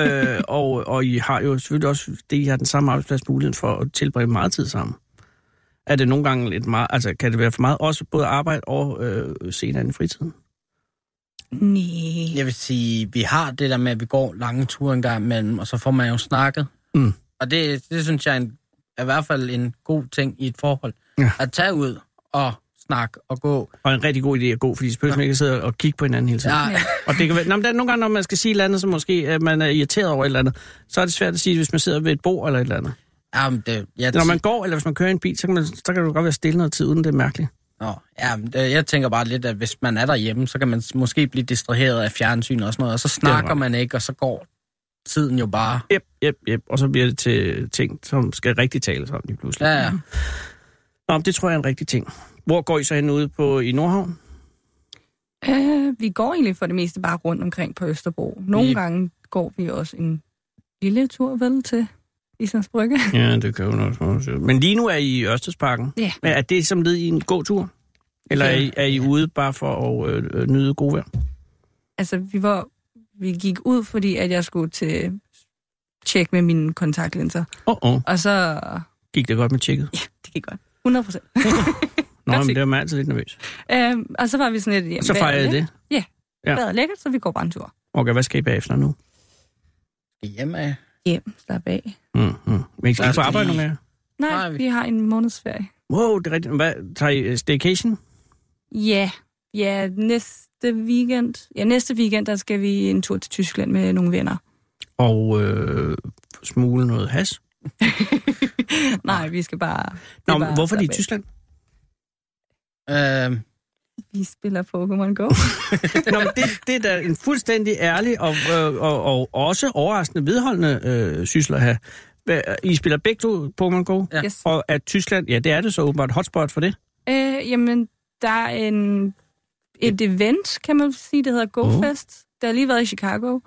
og I har jo selvfølgelig også, I har den samme arbejdsplads muligheden for at tilbringe meget tid sammen. Er det nogle gange lidt meget, altså kan det være for meget også både arbejde og se hinanden i fritiden?
Nej.
Jeg vil sige, vi har det der med, at vi går lange ture en gang imellem, og så får man jo snakket. Og det synes jeg er i hvert fald en god ting i et forhold. Ja. At tage ud og snakke og gå. Og
en rigtig god idé at gå, fordi selvfølgelig ikke sidder og kigge på hinanden hele tiden. Ja. Og det kan være, der er nogle gange, når man skal sige et eller andet, så måske man er irriteret over et eller andet, så er det svært at sige, hvis man sidder ved et bord eller et eller andet.
Jamen,
når man går, eller hvis man kører en bil, så kan du godt være stille noget tid, uden det er mærkeligt.
Jeg tænker bare lidt, at hvis man er derhjemme, så kan man måske blive distraheret af fjernsyn og sådan noget, og så snakker man ikke, og så går tiden jo bare.
Yep. Og så bliver det til ting, som skal rigtig tales om lige pludselig.
Ja.
Nå, det tror jeg er en rigtig ting. Hvor går I så hen ude i Nordhavn?
Vi går egentlig for det meste bare rundt omkring på Østerbro. Nogle gange går vi også en lille tur vel til Islands Brygge.
Ja, det kan jo nok. Men lige nu er I i Ørstedsparken.
Ja.
Er det som led i en gåtur? Eller er I ude bare for at nyde god vejr?
Altså, vi gik ud, fordi at jeg skulle til tjek med mine kontaktlinser. Og så...
Gik det godt med tjekket?
Ja, det gik godt. 100%.
Nå, men det var man altid lidt nervøs.
Og så var vi sådan lidt...
Så fejrede det?
Ja, vejret lækkert, så vi går bare en tur.
Okay, hvad skal I bagefter nu?
Hjem,
slap af.
Men I skal ikke på arbejde nu mere?
Nej, vi har en månedsferie.
Wow, det er rigtigt. Hvad, tager I staycation?
Ja, næste weekend, der skal vi en tur til Tyskland med nogle venner.
Og smule noget hash?
Nej, vi skal bare...
Nå, men hvorfor lige Tyskland?
Vi spiller Pokémon Go.
Nå, men det er da en fuldstændig ærlig og også overraskende vedholdende syssel at have. I spiller begge to Pokémon Go?
Ja. Yes.
Og at Tyskland, ja, det er det så åbenbart hotspot for det?
Jamen, der er et event, kan man sige, det hedder GoFest. Der har lige været i Chicago.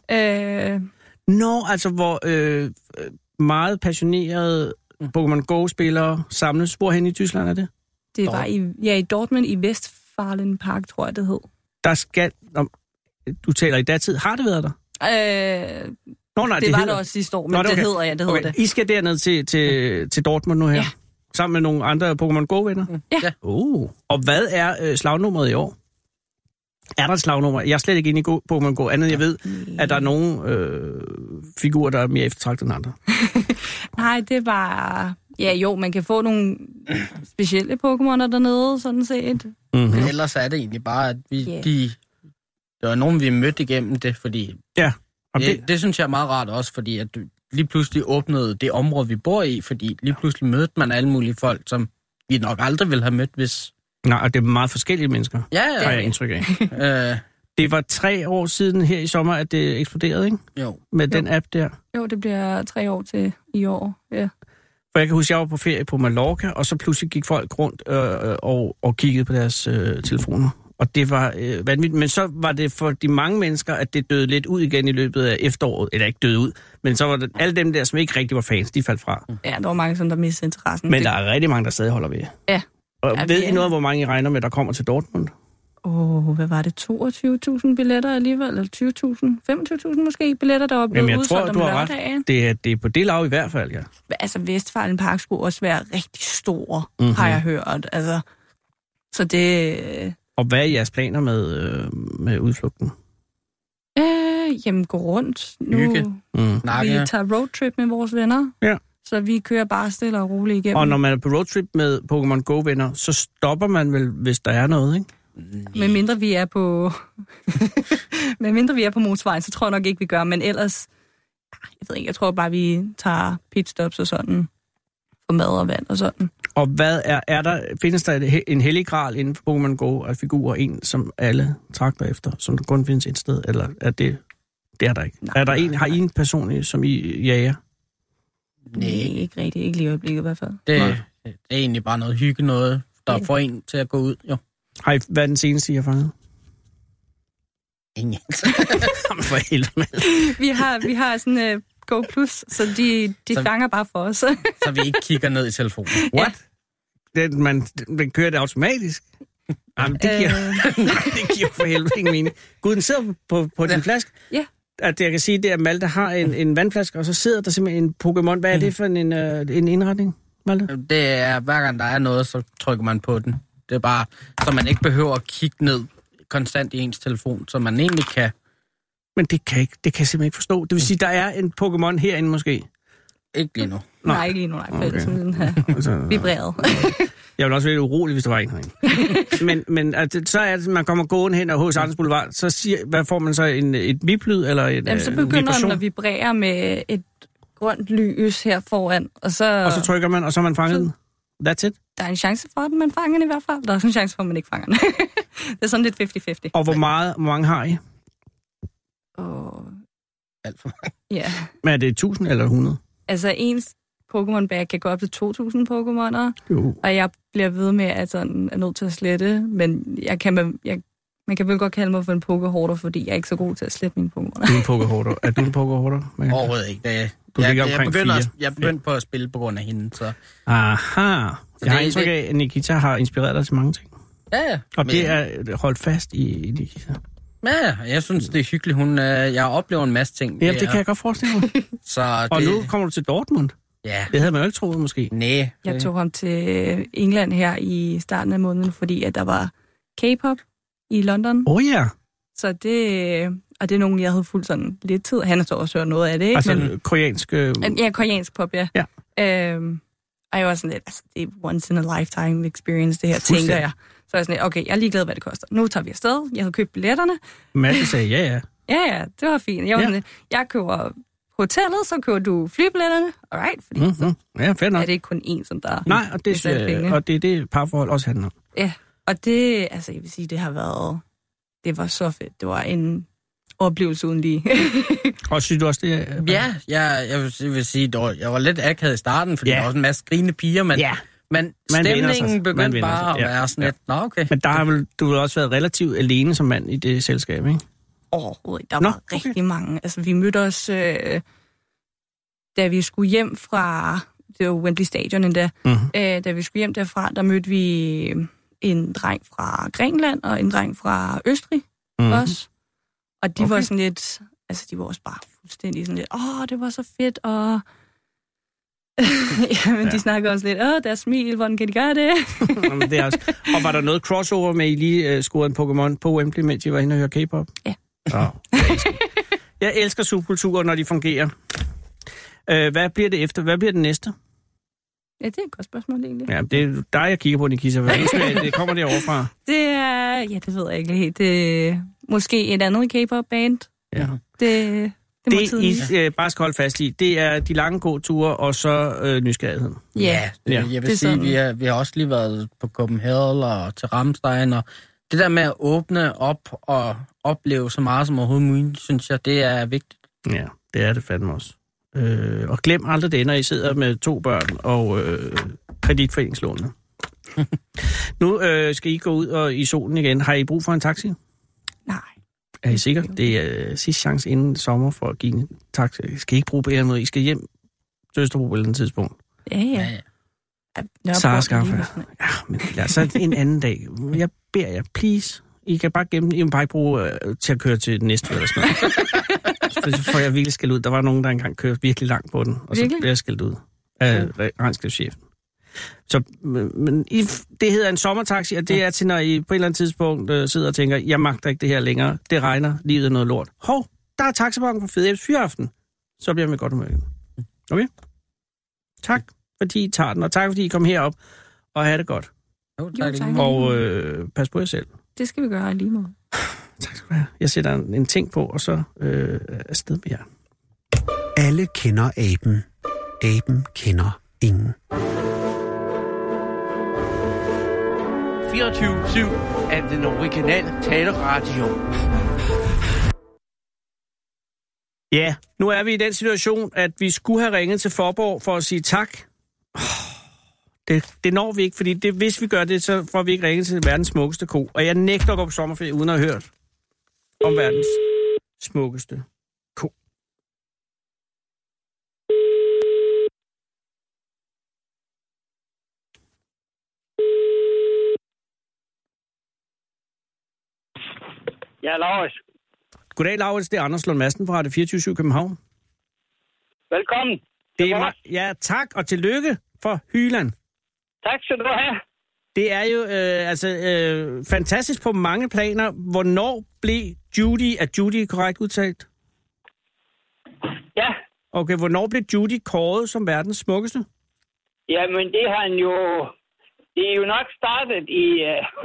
Nå, altså hvor meget passionerede Pokémon Go-spillere samles. Hvorhen i Tyskland er det?
Det var i Dortmund i Westfalenpark, tror jeg, det hed.
Der skal... Du taler i datid. Har det været der?
Det var der også sidste år, men det hedder det.
I skal derned til Dortmund nu her? Ja. Sammen med nogle andre Pokémon Go-venner?
Ja.
Og hvad er slagnummeret i år? Er der et slagnummer? Jeg er slet ikke inde i Pokémon Go, andet jeg ved, at der er nogle figurer, der er mere eftertragtet end andre.
Nej, det var... Ja, jo, man kan få nogle specielle Pokémoner dernede, sådan set.
Mm-hmm. Men ellers er det egentlig bare, at der var nogen, vi mødte igennem det, fordi...
Ja.
Det synes jeg er meget rart også, fordi at lige pludselig åbnede det område, vi bor i, fordi lige pludselig mødte man alle mulige folk, som vi nok aldrig ville have mødt, hvis...
Nej, og det er meget forskellige mennesker, har jeg indtryk af. Det var 3 år siden her i sommer, at det eksploderede, ikke?
Jo.
Med den app der.
Jo, det bliver 3 år til i år, ja.
For jeg kan huske, at jeg var på ferie på Mallorca, og så pludselig gik folk rundt og kiggede på deres telefoner. Og det var vanvittigt. Men så var det for de mange mennesker, at det døde lidt ud igen i løbet af efteråret. Eller ikke døde ud, men så var det alle dem der, som ikke rigtig var fans, de faldt fra.
Ja, der var mange, som der mistede interessen.
Men der er rigtig mange, der stadig holder ved.
Ja.
Og ved I noget, hvor mange I regner med, der kommer til Dortmund?
Hvad var det? 22.000 billetter alligevel? Eller 20.000? 25.000 måske billetter, der var blevet udsolgt om lørdagen.
Det er på det lav i hvert fald, ja.
Altså, Westfalenpark skulle også være rigtig stor, har jeg hørt. Altså, så det...
Og hvad er jeres planer med udflugten?
Jamen, gå rundt nu.
Vi
tager roadtrip med vores venner.
Ja.
Så vi kører bare stille og roligt igennem.
Og når man er på roadtrip med Pokémon Go-venner, så stopper man vel, hvis der er noget, ikke?
Medmindre vi er på motorvejen, så tror jeg nok ikke, vi gør. Men ellers, jeg tror bare, vi tager pitstops og sådan. For mad og vand og sådan.
Og hvad findes der en hellig gral inden for Pokémon Go af figurer, en som alle tragter efter, som der kun findes et sted, eller er det er der ikke? Nej, har I en personlig, som I jager?
Nej, ikke rigtigt. Ikke lige i øjeblikket i hvert fald.
Det er egentlig bare noget hygge, noget, der får en til at gå ud, jo.
Hvad er den seneste, I har fanget?
Ingen.
For helvede.
Vi har sådan Go Plus, så de fanger bare for os.
Så vi ikke kigger ned i telefonen.
What? Den kører det automatisk? Jamen, det giver for helvede ingen mening. Gud, den sidder på din flaske?
Ja.
At jeg kan sige, det er, at Malte har en vandflaske, og så sidder der simpelthen en Pokémon. Hvad er det for en indretning, Malte?
Det er, hver gang der er noget, så trykker man på den. Det er bare, så man ikke behøver at kigge ned konstant i ens telefon, så man egentlig kan...
Men det kan jeg simpelthen ikke forstå. Det vil sige, der er en Pokémon herinde måske?
Ikke lige nu.
Nej, ikke lige nu, for ellers ville den have vibreret.
Jeg ville også være lidt urolig, hvis der var en herinde. Men så er det, man kommer gående hen og hos Anders Boulevard, så hvad får man så? Et viplyd eller en
så begynder den at vibrere med et grønt lys her foran, og så
trykker man, og så er man fanget den. That's it?
Der er en chance for, at man fanger den i hvert fald. Der er også en chance for, at man ikke fanger den. Det er sådan lidt 50-50.
Og hvor mange har I?
Alt for mange.
Ja.
Men er det 1000 eller 100?
Altså, ens Pokémon-bag kan gå op til 2000 Pokémoner, og jeg bliver ved med, at sådan er nødt til at slette, men man kan vel godt kalde mig for en Pokéhoarder, fordi jeg er ikke så god til at slette mine Pokémoner.
Du er en Pokéhoarder. Er du en Pokéhoarder?
Overhovedet ikke. Jeg begyndte på at spille på grund af hende, så...
Aha. Jeg har indtryk af, at Nikita har inspireret dig til mange ting.
Ja.
Og det er holdt fast i Nikita.
Ja, jeg synes, det er hyggeligt. Jeg oplever en masse ting.
Ja, det kan jeg godt forestille mig. Og nu kommer du til Dortmund.
Ja.
Det havde man jo ikke troet, måske.
Nej.
Jeg tog ham til England her i starten af måneden, fordi at der var K-pop i London.
Ja.
Så det... Og det er nogen, jeg havde fulgt sådan lidt tid. Han har så også hørt noget af det, ikke?
Altså koreansk...
Ja, koreansk pop, ja. Og jeg var sådan lidt, altså, det er once in a lifetime experience, det her, tænker jeg. Så jeg sådan lidt, okay, jeg er ligeglad, hvad det koster. Nu tager vi afsted. Jeg havde købt billetterne.
Malte sagde ja.
Ja, det var fint. Jeg var sådan lidt, jeg køber hotellet, så køber du flybilletterne. Alright, fordi så
fair nok.
er det ikke kun én, som der...
Nej, og det er det parforhold også handler om.
Ja, og det, altså jeg vil sige, det har været... Det var så fedt. Det var en oplevelse uden lige.
Og synes du også, det er...
Ja, jeg vil sige, jeg var lidt akavet i starten, fordi der var også en masse skrigende piger, men stemningen begyndte bare at være sådan lidt, okay.
Men der har vel, du har også været relativt alene som mand i det selskab, ikke?
Overhovedet ikke. Der var rigtig mange. Altså, vi mødte os, da vi skulle hjem fra... Det var Wembley Stadion endda. Da vi skulle hjem derfra, der mødte vi en dreng fra Grækenland og en dreng fra Østrig også. Og de var sådan lidt... Altså, de var også bare fuldstændig sådan lidt... det var så fedt, og... de snakker også lidt... deres smil, hvordan kan de gøre det?
Men det er også... Og var der noget crossover med, I lige scorede en Pokémon på Wembley, mens I var inde og høre K-pop?
Ja.
Jeg elsker subkulturer, når de fungerer. Hvad bliver det efter? Hvad bliver det næste?
Ja, det er et godt spørgsmål, egentlig.
Ja, det er dig, jeg kigger på, Nikita. Det kommer derovre fra.
Det er... Ja, det ved jeg ikke helt. Det er måske et andet K-pop-band. Ja. Det
I bare skal holde fast i, det er de lange gåture og så nysgerrigheden.
Jeg vil sige, vi har også lige været på Copenhagen og til Rammstein, og det der med at åbne op og opleve så meget som overhovedet muligt, synes jeg, det er vigtigt. Ja, det er det fandme også. Og glem aldrig det, når I sidder med 2 børn og kreditforeningslånene. Nu skal I gå ud og i solen igen. Har I brug for en taxi? Nej. Er I sikre? Det er sidste chance inden sommer for at give en taxi. I skal ikke bruge på en måde. I skal hjem til Østerbro på et eller andet tidspunkt. Ja. Sara skaffer. Ja, men lad os så en anden dag. Jeg beder jer, please. I kan bare gemme den. I må bare ikke bruge til at køre til næste eller sådan noget. Så får jeg virkelig skældt ud. Der var nogen, der engang kørte virkelig langt på den. Og så bliver jeg skældt ud af regnskabschefen. Så men det hedder en sommertaxi, og det er til, når I på et eller andet tidspunkt sidder og tænker, jeg magter ikke det her længere. Det regner, livet er noget lort. Hov, der er taxabanken på Fede Fyraften. Så bliver man godt humør igen. Okay? Tak, fordi I tager den, og tak, fordi I kom herop og have det godt. Jo, tak. Og pas på jer selv. Det skal vi gøre lige måde. Tak skal du have. Jeg sætter en ting på, og så afsted med jer.
Alle kender aben. Aben kender ingen.
24/7 af den originale taleradio.
Ja, nu er vi i den situation, at vi skulle have ringet til Forborg for at sige tak. Det når vi ikke, fordi hvis vi gør det, så får vi ikke ringet til verdens smukkeste ko. Og jeg nægter at gå på sommerferie, uden at have hørt om verdens smukkeste ko.
Ja, Laurits.
Goddag, Laurits. Det er Anders Lund Madsen fra Radio 24/7 København.
Velkommen.
Ja, tak og tillykke for Hyland.
Tak skal du have.
Det er jo fantastisk på mange planer. Hvornår blev Judy... Er Judy korrekt udtalt?
Ja.
Okay, hvornår blev Judy kåret som verdens smukkeste?
Jamen, det har han jo... Det er jo nok startet i...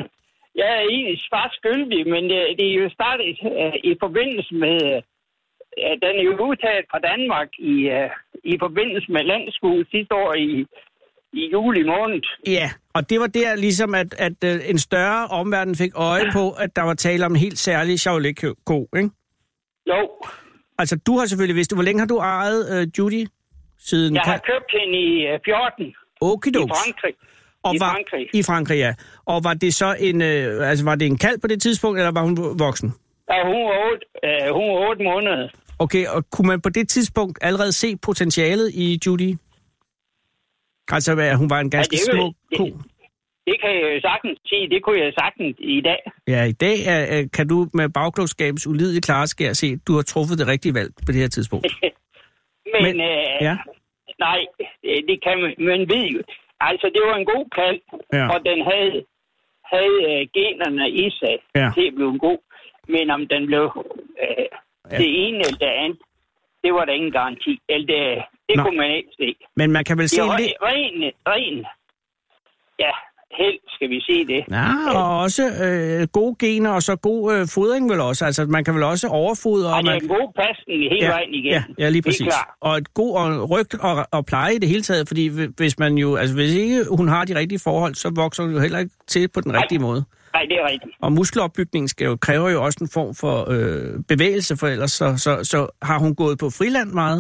Jeg er egentlig svart skyldig, men det er jo startet i forbindelse med den er jo udtaget fra Danmark i forbindelse med landskue sidste år i juli måned.
Ja, og det var der ligesom, at en større omverden fik øje på, at der var tale om en helt særlig Charolais-ko, ikke?
Jo.
Altså, du har selvfølgelig vidst, hvor længe har du ejet Judy? Siden
jeg har købt hende i 14.
Okidoks.
I Frankrig.
I Frankrig, ja. Og var det så var det en kalv på det tidspunkt, eller var hun voksen?
Ja, hun var 8 måneder.
Okay, og kunne man på det tidspunkt allerede se potentialet i Judy? Altså, at hun var en ganske små ko?
Det kan jeg jo sagtens sige. Det kunne jeg sagtens i dag.
Ja, i dag kan du med bagklogskabens ulidelige klareskær se, at du har truffet det rigtige valg på det her tidspunkt.
Men ja. Nej, det kan man ved jo. Altså, det var en god kalv, og den havde generne i sig til at blive god. Men om den blev det ene eller det andet, det var der ingen garanti. Eller det kunne man ikke se.
Men man kan vel se
det ren. Ja, held, skal vi sige det.
Ja, og også gode gener, og så god fodring vel også. Altså, man kan vel også overfodre.
Og det er en god pasning hele vejen igen.
Ja, lige præcis. Og et god rygt og pleje i det hele taget, fordi hvis man jo, altså hvis ikke hun har de rigtige forhold, så vokser hun jo heller ikke til på den rigtige måde.
Nej, det er rigtigt.
Og muskelopbygningen kræver jo også en form for bevægelse, for ellers så har hun gået på friland meget?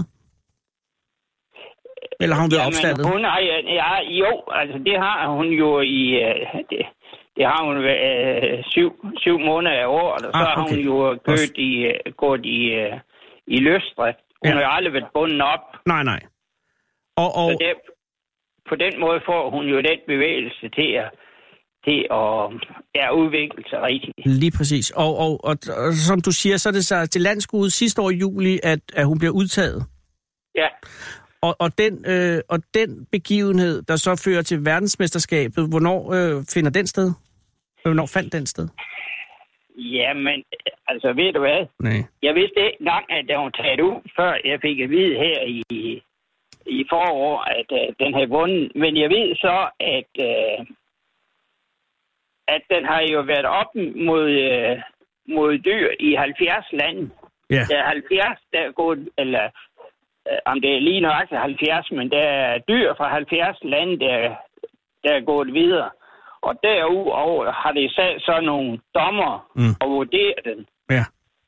Eller har hun været opstaldet?
Jo, altså det har hun jo i... Det har hun været 7 måneder af år, og så har hun jo gået i løsdrift. Hun har jo aldrig været bundet op.
Nej.
Så på den måde får hun jo den bevægelse til at udvikle sig rigtigt.
Lige præcis. Og som du siger, så er det så til landskuet sidste år i juli, at hun bliver udtaget.
Ja.
Og den begivenhed, der så fører til verdensmesterskabet, hvornår finder den sted? Hvornår fandt den sted?
Jamen, altså ved du hvad?
Nej.
Jeg vidste ikke engang, at den var taget ud, før jeg fik at vide her i forår, at den havde vundet. Men jeg ved så, at den har jo været op mod dyr i 70 lande.
Ja.
Der er 70, der er gået, eller om det er lige nøjagtigt 70, men der er dyr fra 70 lande, der er gået videre. Og derudover har det sat så nogle dommer og vurderet den.
Ja.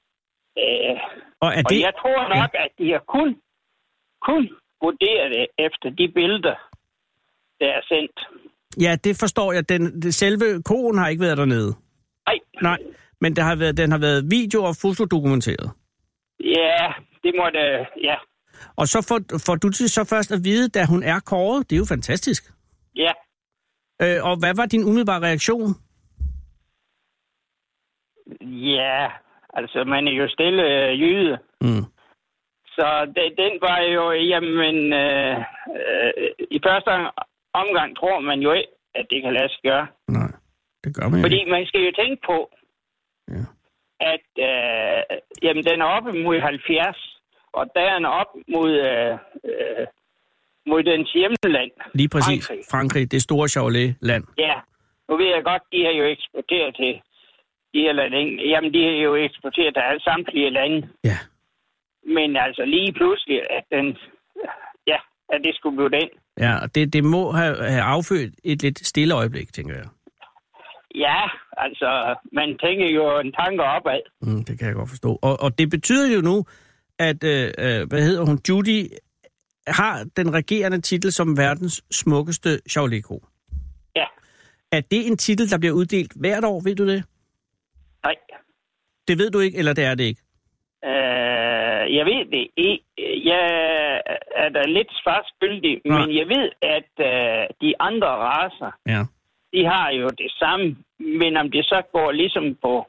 Og jeg tror nok, at de har kun vurderet det efter de billeder, der er sendt.
Ja, det forstår jeg. Selve koen har ikke været dernede. Nej, men den har været video- og fotodokumenteret.
Ja, det må det, ja.
Og så får du til så først at vide, da hun er kåret. Det er jo fantastisk.
Ja.
Og hvad var din umiddelbare reaktion?
Ja, altså man er jo stille jyde. Så den var jo, jamen, i første omgang tror man jo ikke, at det kan lade sig gøre.
Nej, det gør man
fordi man skal jo tænke på, at jamen, den er oppe mod 70, og der er den op mod dens hjemland.
Lige præcis. Frankrig, det store Charolais-land.
Ja, nu ved jeg godt, de har jo eksporteret til de her lande. Jamen, de har jo eksporteret til alle samtlige lande.
Ja.
Men altså lige pludselig, at det skulle blive den.
Ja, og det må have affødt et lidt stille øjeblik, tænker jeg.
Ja, altså, man tænker jo en tanke opad.
Det kan jeg godt forstå. Og det betyder jo nu, at, Judy har den regerende titel som verdens smukkeste Charolais-ko.
Ja.
Er det en titel, der bliver uddelt hvert år, ved du det?
Nej.
Det ved du ikke, eller det er det ikke?
Jeg ved det ikke. Jeg er da lidt svarskyldig, men jeg ved, at de andre racer, de har jo det samme, men om det så går ligesom på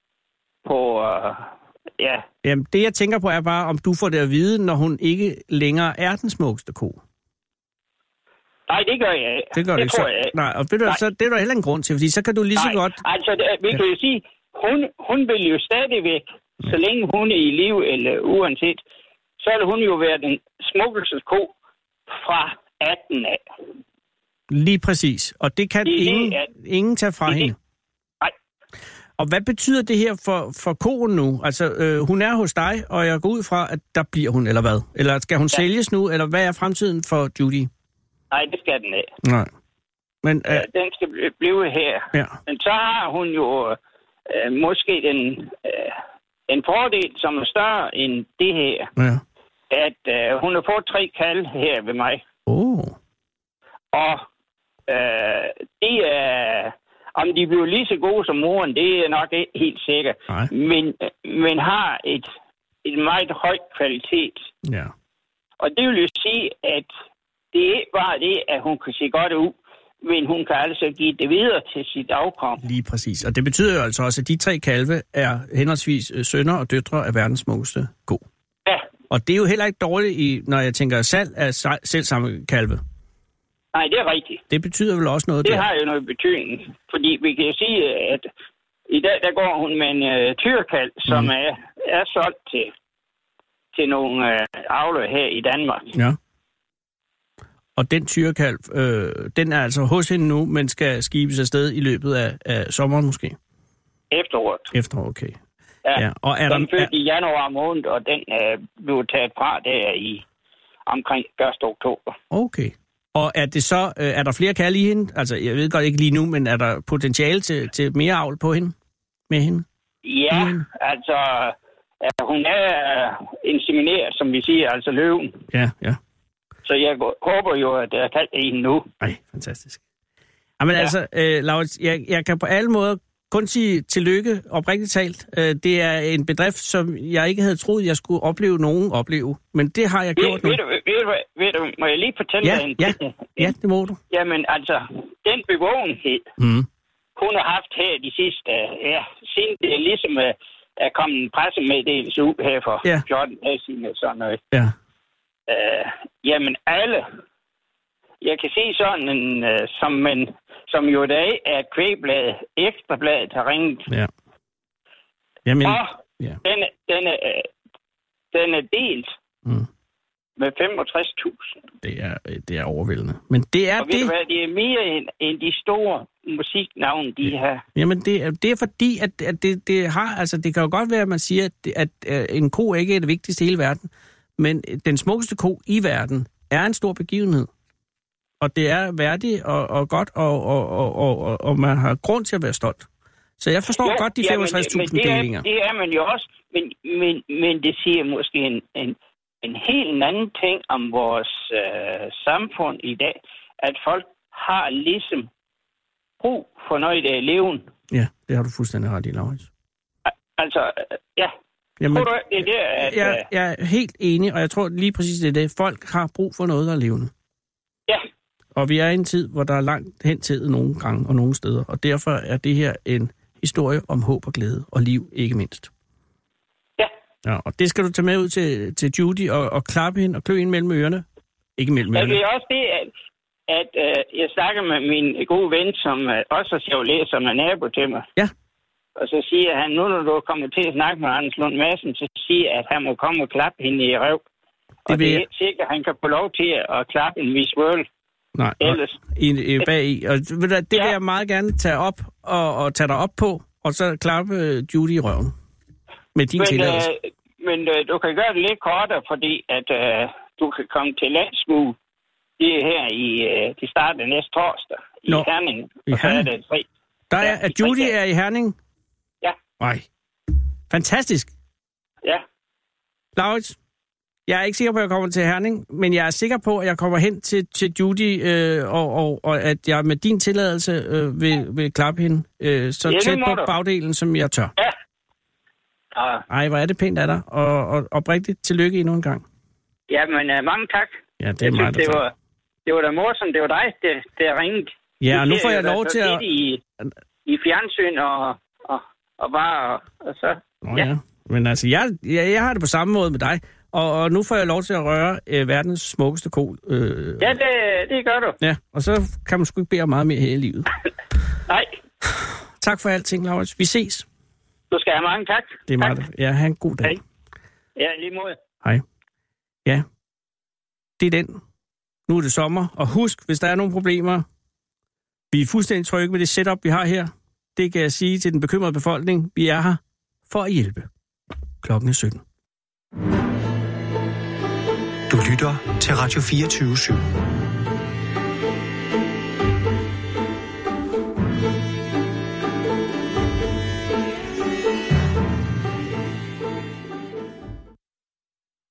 Jamen, det jeg tænker på er bare, om du får det at vide, når hun ikke længere er den smukkeste ko.
Nej, det gør jeg ikke.
Det gør det ikke.
Tror jeg ikke.
Nej, og det er der heller en grund til, fordi så kan du lige så godt...
Altså, vi kan jo sige, hun vil jo stadigvæk, så længe hun er i liv, eller uanset, så vil hun jo være den smukkeste ko fra 18 af.
Lige præcis. Og det kan ingen tage fra hende.
Nej.
Og hvad betyder det her for koen nu? Altså, hun er hos dig, og jeg går ud fra, at der bliver hun, eller hvad? Eller skal hun sælges nu, eller hvad er fremtiden for Judy?
Nej, det skal den ikke.
Nej. Men,
den skal blive her. Ja. Men så har hun jo måske en fordel, som er større end det her. Ja. At hun har fået 3 kald her ved mig. Og det er... Om de bliver lige så gode som moren, det er nok ikke helt sikkert. Men har et meget højt kvalitet. Ja. Og det vil jo sige, at det er ikke bare det, at hun kan se godt ud, men hun kan altså give det videre til sit afkom.
Lige præcis. Og det betyder jo altså også, at de 3 kalve er henholdsvis sønner og døtre af verdens smukkeste ko.
Ja.
Og det er jo heller ikke dårligt, når jeg tænker salg af selv samme kalve.
Nej, det er rigtigt.
Det betyder vel også noget
det der? Det har jo noget betydning. Fordi vi kan jo sige, at i dag der går hun med en tyrkalv, som er solgt til nogle avlere her i Danmark. Ja.
Og den tyrekalv, den er altså hos hende nu, men skal skibes afsted i løbet af sommeren måske?
Efteråret.
Efteråret, okay.
Ja. Og er den født i januar måned, og den blev taget fra der i omkring 1. oktober.
Okay. Og er det så, er der flere kalve i hende? Altså, jeg ved godt ikke lige nu, men er der potentiale til mere avl på hende? Med hende?
Ja, altså, hun er insemineret, som vi siger, altså løven.
Ja, ja.
Så jeg håber jo, at jeg kan en nu.
Ej, fantastisk. Jamen altså, Laurits, jeg kan på alle måder kun sige tillykke, oprigtigt talt. Det er en bedrift, som jeg ikke havde troet, jeg skulle opleve nogen opleve. Men det har jeg gjort nu.
Ved du, må jeg lige fortælle dig en ting?
Ja, det må du.
Jamen altså, den bevågenhed, hun har haft her de sidste, siden det ligesom er kommet en pressemeddelelse ud her for 14 dage siden og sådan noget. Ja. Jamen alle, jeg kan se sådan en, som jo i dag er Kvægbladet, Ekstrabladet har ringet. Ja. Jamen, og den er delt med 65.000.
Det er overvældende. Men det er
og ved du hvad, det er mere end de store musiknavne, de har.
Jamen, det er fordi, at det har, altså det kan jo godt være, at man siger, at en ko ikke er det vigtigste i hele verden, men den smukkeste ko i verden er en stor begivenhed. Og det er værdigt og godt, og man har grund til at være stolt. Så jeg forstår godt de 65.000 delinger.
Det er man jo også, men det siger måske en helt anden ting om vores samfund i dag, at folk har ligesom brug for noget, der er levende.
Ja, det har du fuldstændig ret i, Laurits.
Altså, ja.
Jamen, tror du, det er det, at... Jeg er helt enig, og jeg tror lige præcis, det er det. Folk har brug for noget, der er levende.
Ja.
Og vi er i en tid, hvor der er langt hen til nogle gange og nogle steder, og derfor er det her en historie om håb og glæde, og liv ikke mindst.
Ja.
Ja, og det skal du tage med ud til Judy og klappe hende og klø hende mellem ørerne. Ikke mellem ørerne.
Det er også det, at jeg snakker med min gode ven, som også er Chevrolet, som er nabo til mig.
Ja.
Og så siger han, nu når du kommer til at snakke med Anders Lund Madsen, så siger at han må komme og klappe hende i røv. Og det er helt sikkert, at han kan få lov til at klappe en Miss World.
Nej, bag i. Og det vil jeg meget gerne tage op og tage dig op på, og så klappe Judy i røven. Med din tilladelse.
Men du kan gøre det lidt kortere, fordi at du kan komme til landsmue. Det er her de starter næste torsdag i Herning.
I Herning? Der er, at Judy er i Herning?
Ja.
Nej. Fantastisk.
Ja.
Laurits, jeg er ikke sikker på, at jeg kommer til Herning, men jeg er sikker på, at jeg kommer hen til Judy, og at jeg med din tilladelse vil klappe hende så tæt på bagdelen, som jeg tør.
Ja.
Ej, hvor er det pænt af dig, og oprigtigt tillykke endnu en gang.
Ja, men mange tak.
Ja, det er meget
det var da morsomt, det var dig, der ringede.
Ja, og nu får jeg lov til at...
I fjernsyn og bare... Og så,
ja. Men altså, jeg har det på samme måde med dig. Og nu får jeg lov til at røre verdens smukkeste ko.
Ja, det gør du.
Ja, og så kan man sgu ikke bede om meget mere her i livet.
Nej.
Tak for alting, Laurits. Vi ses.
Du skal have mange tak.
Det er meget. Ja, have en god dag.
Hej. Ja, lige måde.
Hej. Ja, det er den. Nu er det sommer. Og husk, hvis der er nogle problemer, vi er fuldstændig trygge med det setup, vi har her. Det kan jeg sige til den bekymrede befolkning. Vi er her for at hjælpe. Klokken er 17.
Du lytter til Radio 24/7.